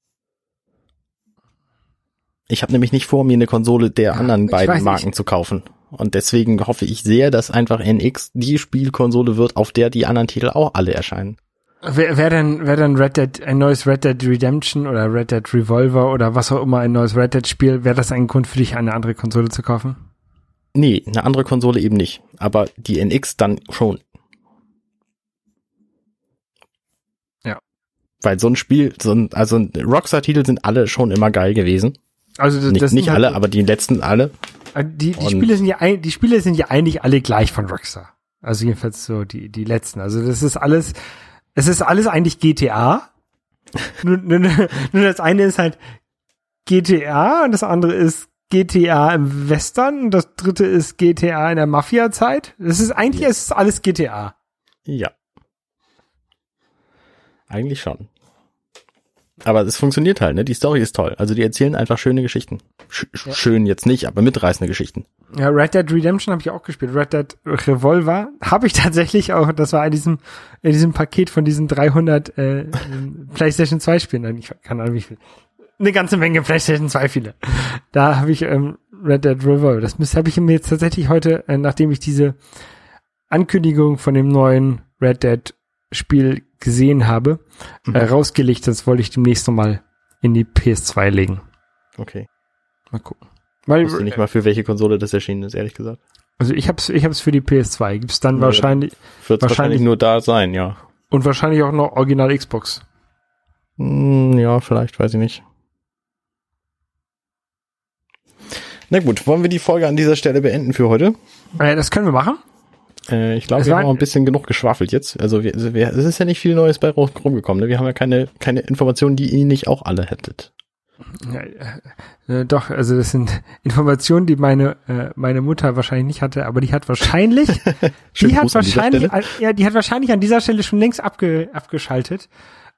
Ich habe nämlich nicht vor, mir eine Konsole der anderen beiden Marken zu kaufen. Und deswegen hoffe ich sehr, dass einfach NX die Spielkonsole wird, auf der die anderen Titel auch alle erscheinen. Wäre dann ein neues Red Dead Redemption oder Red Dead Revolver oder was auch immer ein neues Red Dead Spiel, wäre das ein Grund für dich, eine andere Konsole zu kaufen? Nee, eine andere Konsole eben nicht. Aber die NX dann schon. Ja. Weil so ein Spiel, also Rockstar-Titel sind alle schon immer geil gewesen. Also nicht alle, aber die letzten alle. Die Spiele sind ja eigentlich alle gleich von Rockstar. Also jedenfalls so die letzten. Also es ist alles eigentlich GTA. nur das eine ist halt GTA und das andere ist GTA im Western und das dritte ist GTA in der Mafia-Zeit. Es ist alles GTA. Ja. Eigentlich schon. Aber es funktioniert halt, ne? Die Story ist toll. Also die erzählen einfach schöne Geschichten. Schön jetzt nicht, aber mitreißende Geschichten. Ja, Red Dead Redemption habe ich auch gespielt. Red Dead Revolver habe ich tatsächlich auch. Das war in diesem Paket von diesen 300 PlayStation 2 Spielen. Nein, ich keine Ahnung wie viel. Eine ganze Menge PlayStation 2 viele. Da habe ich Red Dead Revolver. Das habe ich mir jetzt tatsächlich heute, nachdem ich diese Ankündigung von dem neuen Red Dead Spiel gesehen habe, rausgelegt. Das wollte ich demnächst nochmal in die PS2 legen. Okay. Mal gucken. Weil, Ich wusste nicht mal, für welche Konsole das erschienen ist, ehrlich gesagt. also ich hab's für die PS2. Gibt's dann wahrscheinlich Wird wahrscheinlich nur da sein, ja. und wahrscheinlich auch noch Original Xbox. Ja, vielleicht, weiß ich nicht. Na gut, wollen wir die Folge an dieser Stelle beenden für heute? Das können wir machen. Ich glaube, wir haben auch ein bisschen genug geschwafelt jetzt. Also es ist ja nicht viel Neues bei rumgekommen. Ne? Wir haben ja keine Informationen, die ihr nicht auch alle hättet. Doch, also das sind Informationen, die meine Mutter wahrscheinlich nicht hatte, aber die hat wahrscheinlich, die hat wahrscheinlich an dieser Stelle schon längst abgeschaltet,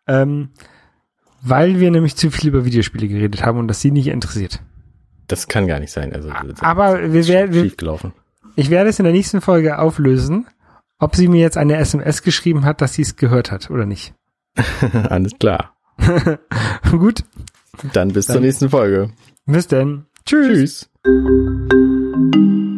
weil wir nämlich zu viel über Videospiele geredet haben und das sie nicht interessiert. Das kann gar nicht sein. Also aber schief gelaufen. Ich werde es in der nächsten Folge auflösen, ob sie mir jetzt eine SMS geschrieben hat, dass sie es gehört hat oder nicht. Alles klar. Gut. Dann bis zur nächsten Folge. Bis dann. Tschüss. Tschüss.